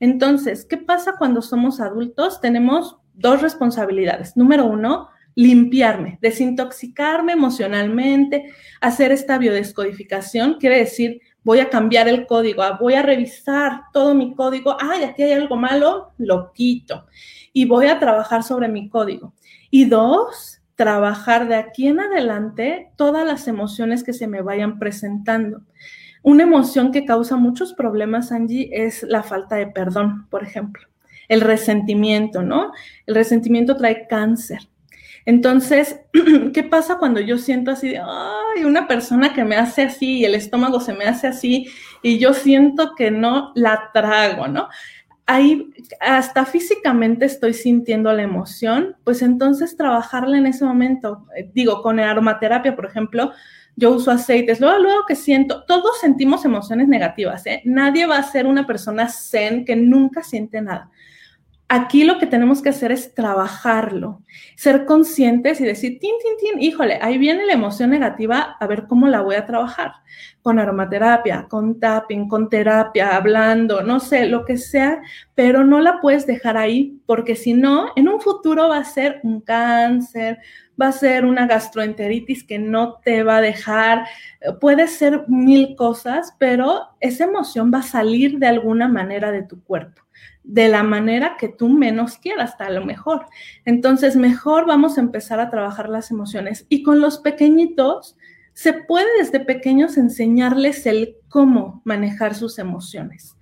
Entonces, ¿qué pasa cuando somos adultos? Tenemos dos responsabilidades. Número uno, limpiarme, desintoxicarme emocionalmente, hacer esta biodescodificación, quiere decir, voy a cambiar el código, voy a revisar todo mi código, aquí hay algo malo, lo quito y voy a trabajar sobre mi código. Y dos, trabajar de aquí en adelante todas las emociones que se me vayan presentando. Una emoción que causa muchos problemas, Angie, es la falta de perdón, por ejemplo. El resentimiento, ¿no? El resentimiento trae cáncer. Entonces, ¿qué pasa cuando yo siento así de, ay, una persona que me hace así y el estómago se me hace así y yo siento que no la trago, ¿no? Ahí hasta físicamente estoy sintiendo la emoción, pues entonces trabajarla en ese momento, digo, con aromaterapia, por ejemplo, yo uso aceites, luego que siento, todos sentimos emociones negativas, ¿eh? Nadie va a ser una persona zen que nunca siente nada. Aquí lo que tenemos que hacer es trabajarlo, ser conscientes y decir, tin, híjole, ahí viene la emoción negativa, a ver cómo la voy a trabajar. Con aromaterapia, con tapping, con terapia, hablando, no sé, lo que sea, pero no la puedes dejar ahí, porque si no, en un futuro va a ser un cáncer, va a ser una gastroenteritis que no te va a dejar, puede ser 1000 cosas, pero esa emoción va a salir de alguna manera de tu cuerpo, de la manera que tú menos quieras, a lo mejor. Entonces, mejor vamos a empezar a trabajar las emociones. Y con los pequeñitos, se puede desde pequeños enseñarles el cómo manejar sus emociones.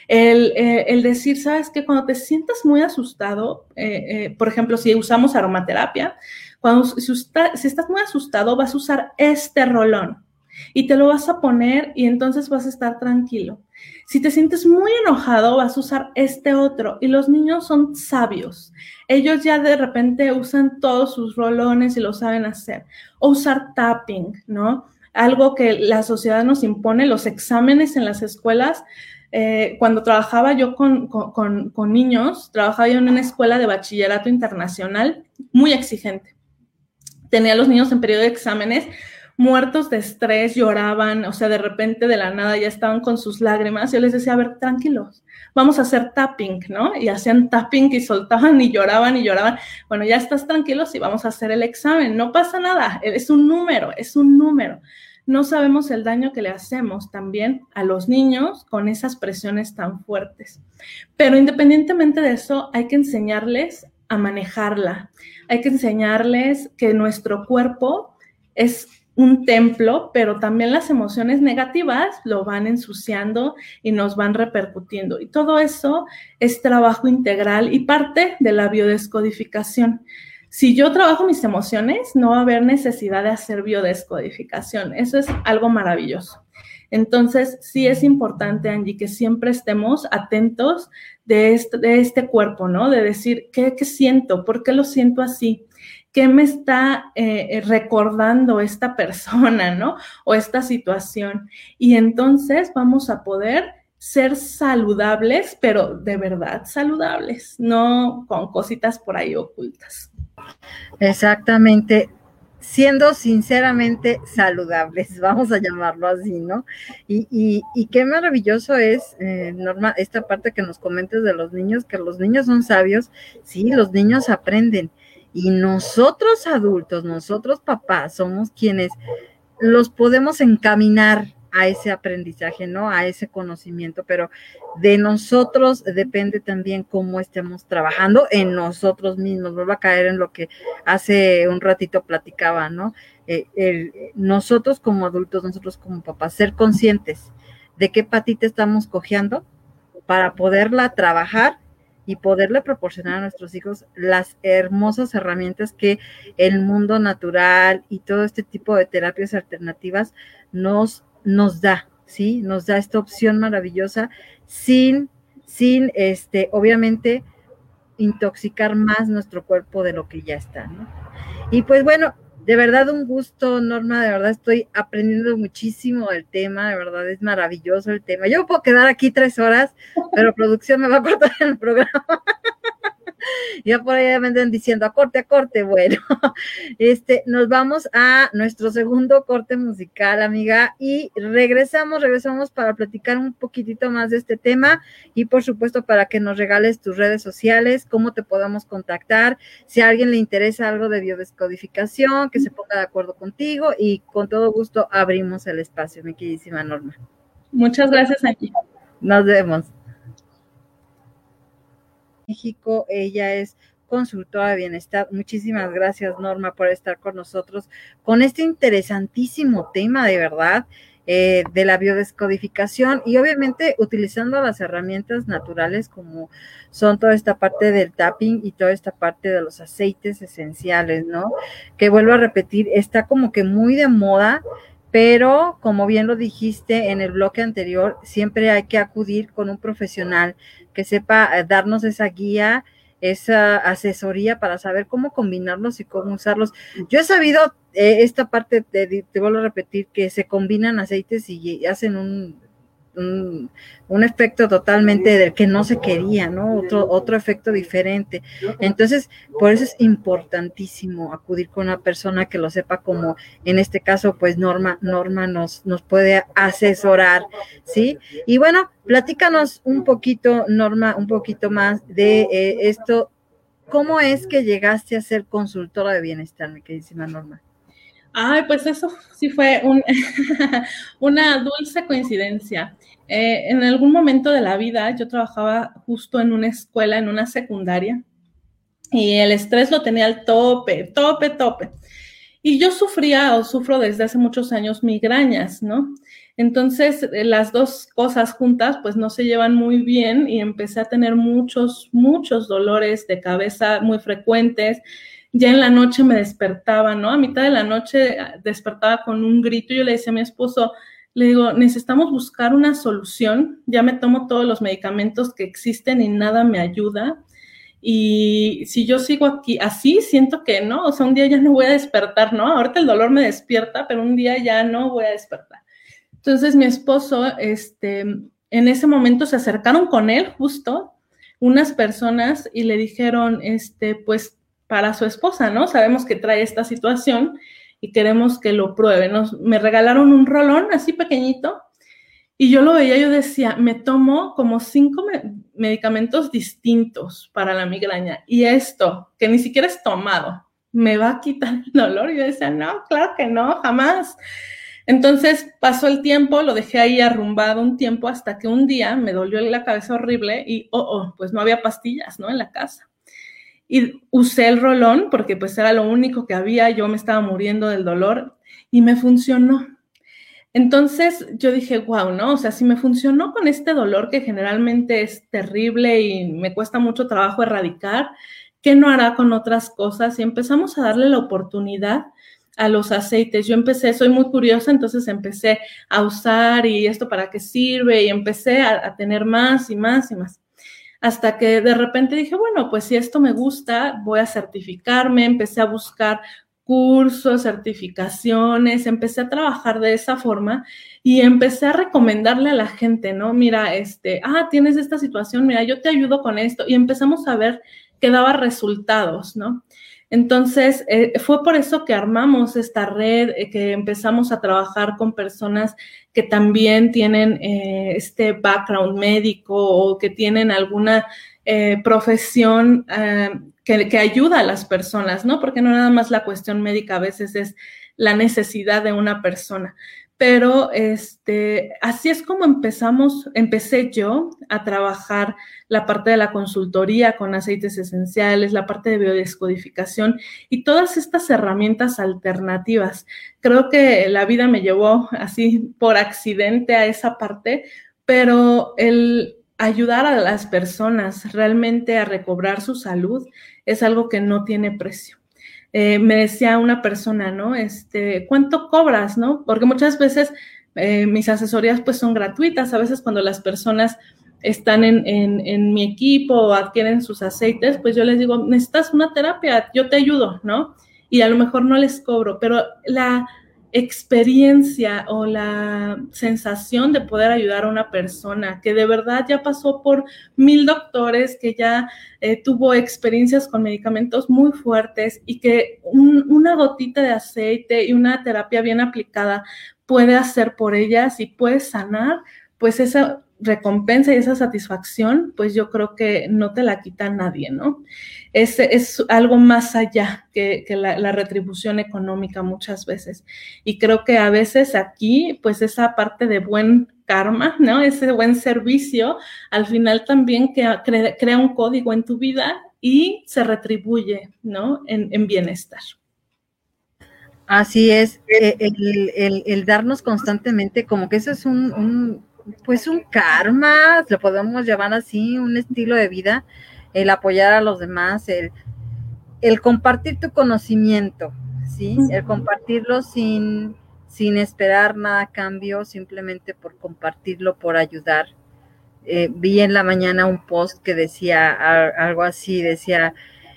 El decir, ¿sabes qué? Cuando te sientas muy asustado, por ejemplo, si usamos aromaterapia, si estás muy asustado, vas a usar este rolón y te lo vas a poner y entonces vas a estar tranquilo. Si te sientes muy enojado, vas a usar este otro. Y los niños son sabios. Ellos ya de repente usan todos sus rolones y lo saben hacer. O usar tapping, ¿no? Algo que la sociedad nos impone, los exámenes en las escuelas. Cuando trabajaba yo con niños, trabajaba yo en una escuela de bachillerato internacional muy exigente. Tenía a los niños en periodo de exámenes muertos de estrés, lloraban, o sea, de repente de la nada ya estaban con sus lágrimas. Yo les decía, a ver, tranquilos, vamos a hacer tapping, ¿no? Y hacían tapping y soltaban y lloraban y lloraban. Bueno, ya estás tranquilos y vamos a hacer el examen. No pasa nada, es un número, es un número. No sabemos el daño que le hacemos también a los niños con esas presiones tan fuertes. Pero independientemente de eso, hay que enseñarles a manejarla. Hay que enseñarles que nuestro cuerpo es un templo, pero también las emociones negativas lo van ensuciando y nos van repercutiendo. Y todo eso es trabajo integral y parte de la biodescodificación. Si yo trabajo mis emociones, no va a haber necesidad de hacer biodescodificación. Eso es algo maravilloso. Entonces, sí es importante, Angie, que siempre estemos atentos de este cuerpo, ¿no? De decir, ¿qué siento? ¿Por qué lo siento así? ¿Qué me está recordando esta persona, ¿no? O esta situación. Y entonces vamos a poder ser saludables, pero de verdad saludables, no con cositas por ahí ocultas. Exactamente, siendo sinceramente saludables, vamos a llamarlo así, ¿no? Y qué maravilloso es, Norma, esta parte que nos comentas de los niños, que los niños son sabios. Sí, los niños aprenden. Y nosotros adultos, nosotros papás, somos quienes los podemos encaminar a ese aprendizaje, ¿no? A ese conocimiento, pero de nosotros depende también cómo estemos trabajando en nosotros mismos. Vuelvo a caer en lo que hace un ratito platicaba, ¿no? Nosotros como adultos, nosotros como papás, ser conscientes de qué patita estamos cojeando para poderla trabajar y poderle proporcionar a nuestros hijos las hermosas herramientas que el mundo natural y todo este tipo de terapias alternativas nos da, ¿sí? Nos da esta opción maravillosa sin obviamente, intoxicar más nuestro cuerpo de lo que ya está, ¿no? Y pues bueno, de verdad un gusto, Norma, de verdad estoy aprendiendo muchísimo del tema, de verdad es maravilloso el tema. Yo puedo quedar aquí 3 horas, pero producción me va a cortar el programa. Ya por ahí me andan diciendo a corte, bueno, nos vamos a nuestro segundo corte musical, amiga, y regresamos para platicar un poquitito más de este tema y por supuesto para que nos regales tus redes sociales, cómo te podamos contactar, si a alguien le interesa algo de biodescodificación, que se ponga de acuerdo contigo y con todo gusto abrimos el espacio, mi queridísima Norma. Muchas gracias, Angie. Nos vemos. México, ella es consultora de bienestar. Muchísimas gracias, Norma, por estar con nosotros con este interesantísimo tema, de verdad, de la biodescodificación y obviamente utilizando las herramientas naturales como son toda esta parte del tapping y toda esta parte de los aceites esenciales, ¿no? Que vuelvo a repetir, está como que muy de moda, pero como bien lo dijiste en el bloque anterior, siempre hay que acudir con un profesional que sepa darnos esa guía, esa asesoría para saber cómo combinarlos y cómo usarlos. Yo he sabido esta parte, te vuelvo a repetir, que se combinan aceites y hacen un efecto totalmente del que no se quería, ¿no? Otro efecto diferente. Entonces, por eso es importantísimo acudir con una persona que lo sepa, como en este caso, pues Norma nos puede asesorar, ¿sí? Y bueno, platícanos un poquito, Norma, un poquito más de esto. ¿Cómo es que llegaste a ser consultora de bienestar, mi queridísima Norma? Ay, pues eso sí fue una dulce coincidencia. En algún momento de la vida yo trabajaba justo en una escuela, en una secundaria, y el estrés lo tenía al tope. Y yo sufro desde hace muchos años migrañas, ¿no? Entonces, las dos cosas juntas, pues no se llevan muy bien y empecé a tener muchos dolores de cabeza muy frecuentes. Ya en la noche me despertaba, ¿no? A mitad de la noche despertaba con un grito. Yo le decía a mi esposo, le digo, necesitamos buscar una solución. Ya me tomo todos los medicamentos que existen y nada me ayuda. Y si yo sigo aquí así, siento que no, o sea, un día ya no voy a despertar, ¿no? Ahorita el dolor me despierta, pero un día ya no voy a despertar. Entonces mi esposo, en ese momento se acercaron con él justo unas personas y le dijeron, pues para su esposa, ¿no? Sabemos que trae esta situación y queremos que lo pruebe. Me regalaron un rolón así pequeñito y yo lo veía, yo decía, me tomo como 5 medicamentos distintos para la migraña y esto, que ni siquiera es tomado, me va a quitar el dolor. Y yo decía, no, claro que no, jamás. Entonces pasó el tiempo, lo dejé ahí arrumbado un tiempo hasta que un día me dolió la cabeza horrible y, pues no había pastillas, ¿no? En la casa. Y usé el rolón porque pues era lo único que había, yo me estaba muriendo del dolor y me funcionó. Entonces yo dije, wow, ¿no? O sea, si me funcionó con este dolor que generalmente es terrible y me cuesta mucho trabajo erradicar, ¿qué no hará con otras cosas? Y empezamos a darle la oportunidad a los aceites. Yo soy muy curiosa, entonces empecé a usar y esto para qué sirve y empecé a tener más y más y más. Hasta que de repente dije, bueno, pues si esto me gusta, voy a certificarme, empecé a buscar cursos, certificaciones, empecé a trabajar de esa forma y empecé a recomendarle a la gente, ¿no? Mira, tienes esta situación, mira, yo te ayudo con esto y empezamos a ver que daba resultados, ¿no? Entonces, fue por eso que armamos esta red, que empezamos a trabajar con personas que también tienen este background médico o que tienen alguna profesión que ayuda a las personas, ¿no? Porque no nada más la cuestión médica, a veces es la necesidad de una persona. Pero así es como empecé yo a trabajar la parte de la consultoría con aceites esenciales, la parte de biodescodificación y todas estas herramientas alternativas. Creo que la vida me llevó así por accidente a esa parte, pero el ayudar a las personas realmente a recobrar su salud es algo que no tiene precio. Me decía una persona, ¿no? ¿Cuánto cobras, no? Porque muchas veces mis asesorías pues son gratuitas. A veces cuando las personas están en mi equipo o adquieren sus aceites, pues yo les digo, necesitas una terapia, yo te ayudo, ¿no? Y a lo mejor no les cobro, pero experiencia o la sensación de poder ayudar a una persona que de verdad ya pasó por 1000 doctores, que ya tuvo experiencias con medicamentos muy fuertes y que una gotita de aceite y una terapia bien aplicada puede hacer por ellas y puede sanar, pues esa recompensa y esa satisfacción, pues yo creo que no te la quita nadie, ¿no? Es algo más allá que la retribución económica muchas veces. Y creo que a veces aquí, pues esa parte de buen karma, ¿no? Ese buen servicio, al final también crea un código en tu vida y se retribuye, ¿no? En bienestar. Así es, el darnos constantemente, como que eso es pues un karma, lo podemos llamar así, un estilo de vida, el apoyar a los demás, el compartir tu conocimiento, ¿sí? El compartirlo sin esperar nada a cambio, simplemente por compartirlo, por ayudar. Vi en la mañana un post que decía algo así, decía,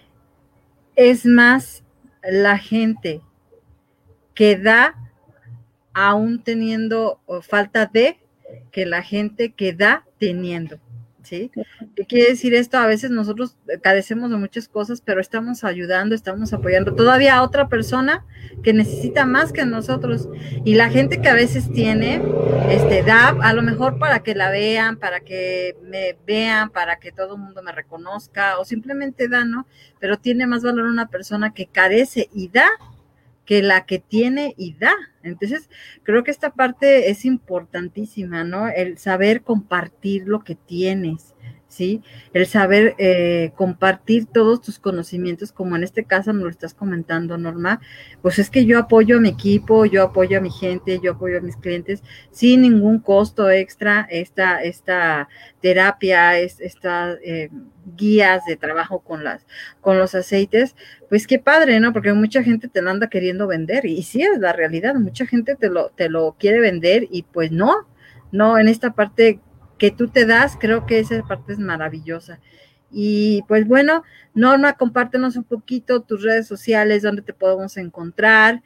es más la gente que da aún teniendo falta de, que la gente que da teniendo, ¿sí? ¿Qué quiere decir esto? A veces nosotros carecemos de muchas cosas, pero estamos ayudando, estamos apoyando todavía a otra persona que necesita más que nosotros, y la gente que a veces tiene, da a lo mejor para que la vean, para que me vean, para que todo el mundo me reconozca, o simplemente da, ¿no? Pero tiene más valor una persona que carece y da, que la que tiene y da. Entonces, creo que esta parte es importantísima, ¿no? El saber compartir lo que tienes, ¿sí? El saber compartir todos tus conocimientos, como en este caso me lo estás comentando, Norma. Pues es que yo apoyo a mi equipo, yo apoyo a mi gente, yo apoyo a mis clientes sin ningún costo extra. Esta terapia, estas guías de trabajo con los aceites, pues qué padre, ¿no? Porque mucha gente te lo anda queriendo vender, y sí es la realidad, mucha gente te lo quiere vender, y pues no, en esta parte que tú te das, creo que esa parte es maravillosa. Y pues bueno, Norma, compártenos un poquito tus redes sociales, dónde te podemos encontrar,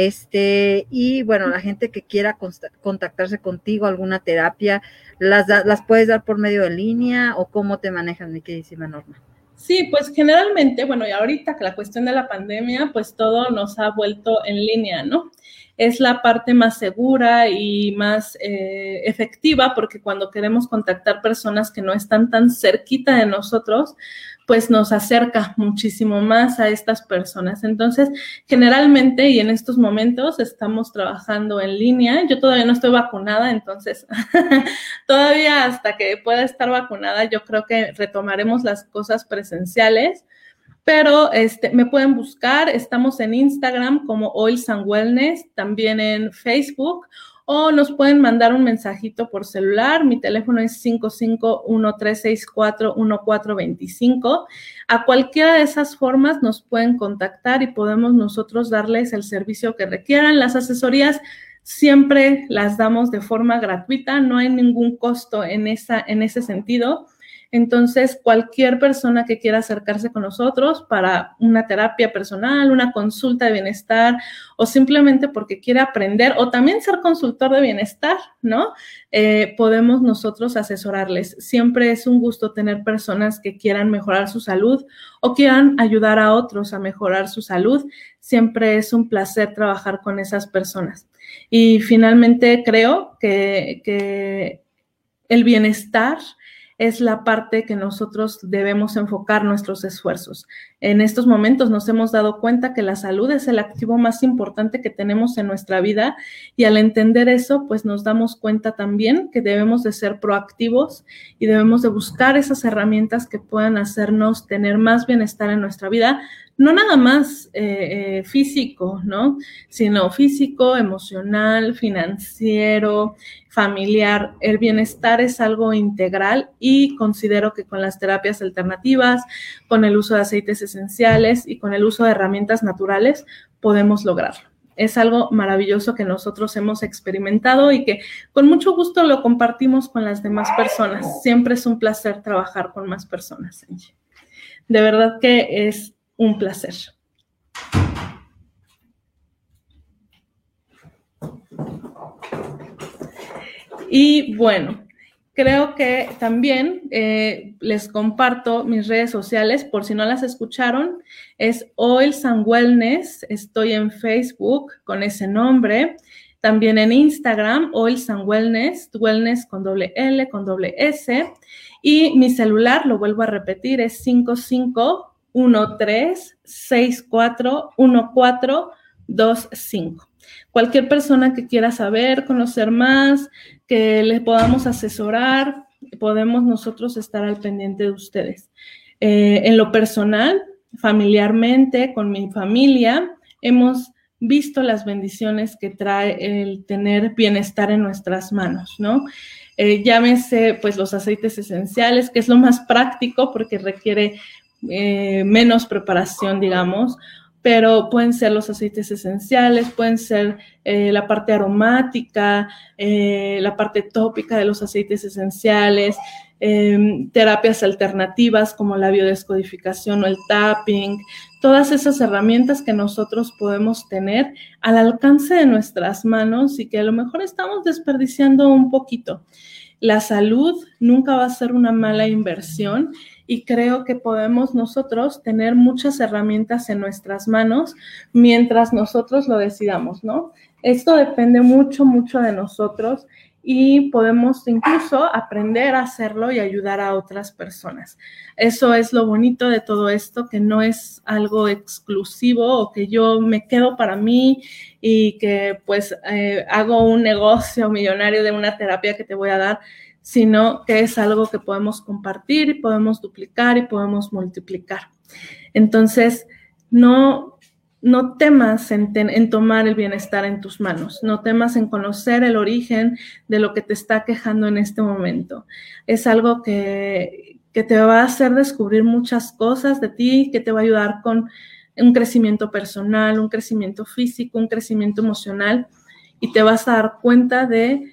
y bueno, la gente que quiera contactarse contigo, alguna terapia, ¿las puedes dar por medio de línea, o cómo te manejas, mi queridísima Norma? Sí, pues generalmente, bueno, y ahorita que la cuestión de la pandemia, pues todo nos ha vuelto en línea, ¿no? Es la parte más segura y más efectiva, porque cuando queremos contactar personas que no están tan cerquita de nosotros, pues nos acerca muchísimo más a estas personas. Entonces, generalmente y en estos momentos estamos trabajando en línea. Yo todavía no estoy vacunada, entonces todavía hasta que pueda estar vacunada, yo creo que retomaremos las cosas presenciales. Pero me pueden buscar, estamos en Instagram como Oils and Wellness, también en Facebook, o nos pueden mandar un mensajito por celular. Mi teléfono es 5513641425. A cualquiera de esas formas nos pueden contactar y podemos nosotros darles el servicio que requieran. Las asesorías siempre las damos de forma gratuita, no hay ningún costo en ese sentido. Entonces, cualquier persona que quiera acercarse con nosotros para una terapia personal, una consulta de bienestar, o simplemente porque quiere aprender, o también ser consultor de bienestar, ¿no? Podemos nosotros asesorarles. Siempre es un gusto tener personas que quieran mejorar su salud o quieran ayudar a otros a mejorar su salud. Siempre es un placer trabajar con esas personas. Y finalmente creo que el bienestar es la parte que nosotros debemos enfocar nuestros esfuerzos. En estos momentos nos hemos dado cuenta que la salud es el activo más importante que tenemos en nuestra vida, y al entender eso, pues nos damos cuenta también que debemos de ser proactivos y debemos de buscar esas herramientas que puedan hacernos tener más bienestar en nuestra vida, no nada más físico, ¿no? Sino físico, emocional, financiero, familiar. El bienestar es algo integral, y considero que con las terapias alternativas, con el uso de aceites esenciales y con el uso de herramientas naturales podemos lograrlo. Es algo maravilloso que nosotros hemos experimentado y que con mucho gusto lo compartimos con las demás personas. Siempre es un placer trabajar con más personas, Angie. De verdad que es un placer. Y bueno, creo que también les comparto mis redes sociales, por si no las escucharon, es Oils and Wellness, estoy en Facebook con ese nombre, también en Instagram, Oils and Wellness, wellness con doble L, con doble S, y mi celular, lo vuelvo a repetir, es 5513641425. Cualquier persona que quiera saber, conocer más, que les podamos asesorar, podemos nosotros estar al pendiente de ustedes. En lo personal, familiarmente, con mi familia, hemos visto las bendiciones que trae el tener bienestar en nuestras manos, ¿no? Llámese, pues, los aceites esenciales, que es lo más práctico porque requiere menos preparación, digamos, pero pueden ser los aceites esenciales, pueden ser la parte aromática, la parte tópica de los aceites esenciales, terapias alternativas como la biodescodificación o el tapping, todas esas herramientas que nosotros podemos tener al alcance de nuestras manos y que a lo mejor estamos desperdiciando un poquito. La salud nunca va a ser una mala inversión y creo que podemos nosotros tener muchas herramientas en nuestras manos mientras nosotros lo decidamos, ¿no? Esto depende mucho, mucho de nosotros y podemos incluso aprender a hacerlo y ayudar a otras personas. Eso es lo bonito de todo esto, que no es algo exclusivo o que yo me quedo para mí y que pues hago un negocio millonario de una terapia que te voy a dar, sino que es algo que podemos compartir y podemos duplicar y podemos multiplicar. Entonces, no temas en tomar el bienestar en tus manos, no temas en conocer el origen de lo que te está quejando en este momento. Es algo que te va a hacer descubrir muchas cosas de ti, que te va a ayudar con un crecimiento personal, un crecimiento físico, un crecimiento emocional, y te vas a dar cuenta de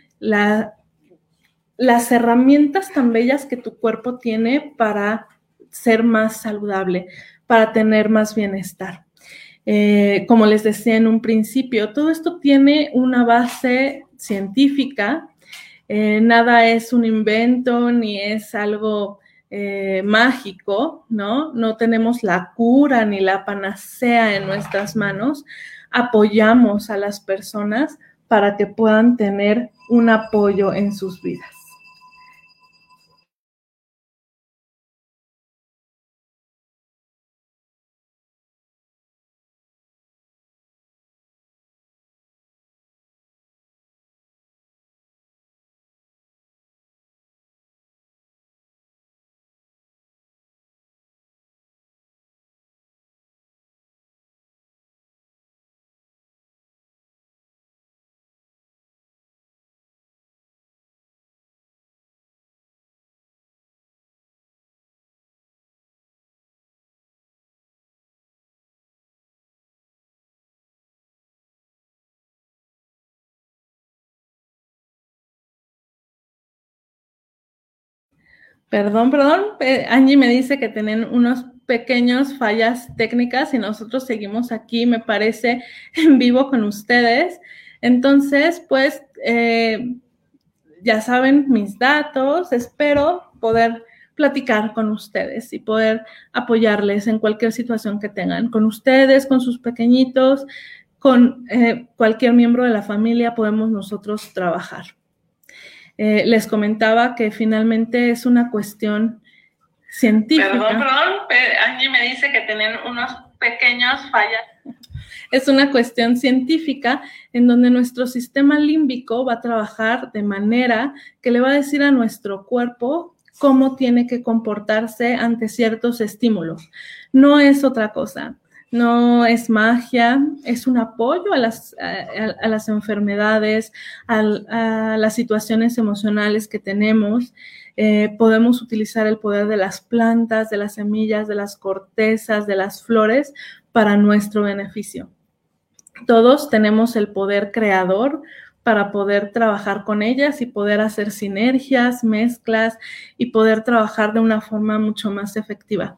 las herramientas tan bellas que tu cuerpo tiene para ser más saludable, para tener más bienestar. Como les decía en un principio, todo esto tiene una base científica, nada es un invento ni es algo mágico, ¿no? No tenemos la cura ni la panacea en nuestras manos. Apoyamos a las personas para que puedan tener un apoyo en sus vidas. Perdón, Angie me dice que tienen unos pequeños fallas técnicas y nosotros seguimos aquí, me parece, en vivo con ustedes. Entonces, pues, ya saben mis datos, espero poder platicar con ustedes y poder apoyarles en cualquier situación que tengan, con ustedes, con sus pequeñitos, con cualquier miembro de la familia podemos nosotros trabajar. Les comentaba que finalmente es una cuestión científica. Perdón, Angie me dice que tienen unos pequeños fallas. Es una cuestión científica en donde nuestro sistema límbico va a trabajar de manera que le va a decir a nuestro cuerpo cómo tiene que comportarse ante ciertos estímulos. No es otra cosa. No es magia, es un apoyo a las enfermedades, a las situaciones emocionales que tenemos. Podemos utilizar el poder de las plantas, de las semillas, de las cortezas, de las flores para nuestro beneficio. Todos tenemos el poder creador para poder trabajar con ellas y poder hacer sinergias, mezclas y poder trabajar de una forma mucho más efectiva.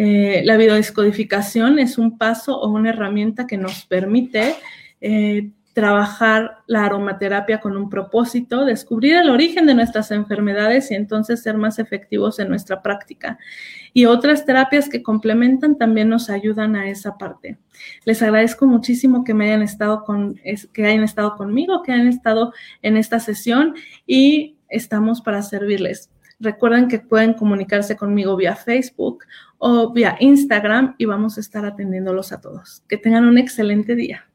La biodescodificación es un paso o una herramienta que nos permite trabajar la aromaterapia con un propósito, descubrir el origen de nuestras enfermedades y entonces ser más efectivos en nuestra práctica. Y otras terapias que complementan también nos ayudan a esa parte. Les agradezco muchísimo que hayan estado conmigo, que hayan estado en esta sesión y estamos para servirles. Recuerden que pueden comunicarse conmigo vía Facebook o vía Instagram y vamos a estar atendiéndolos a todos. Que tengan un excelente día.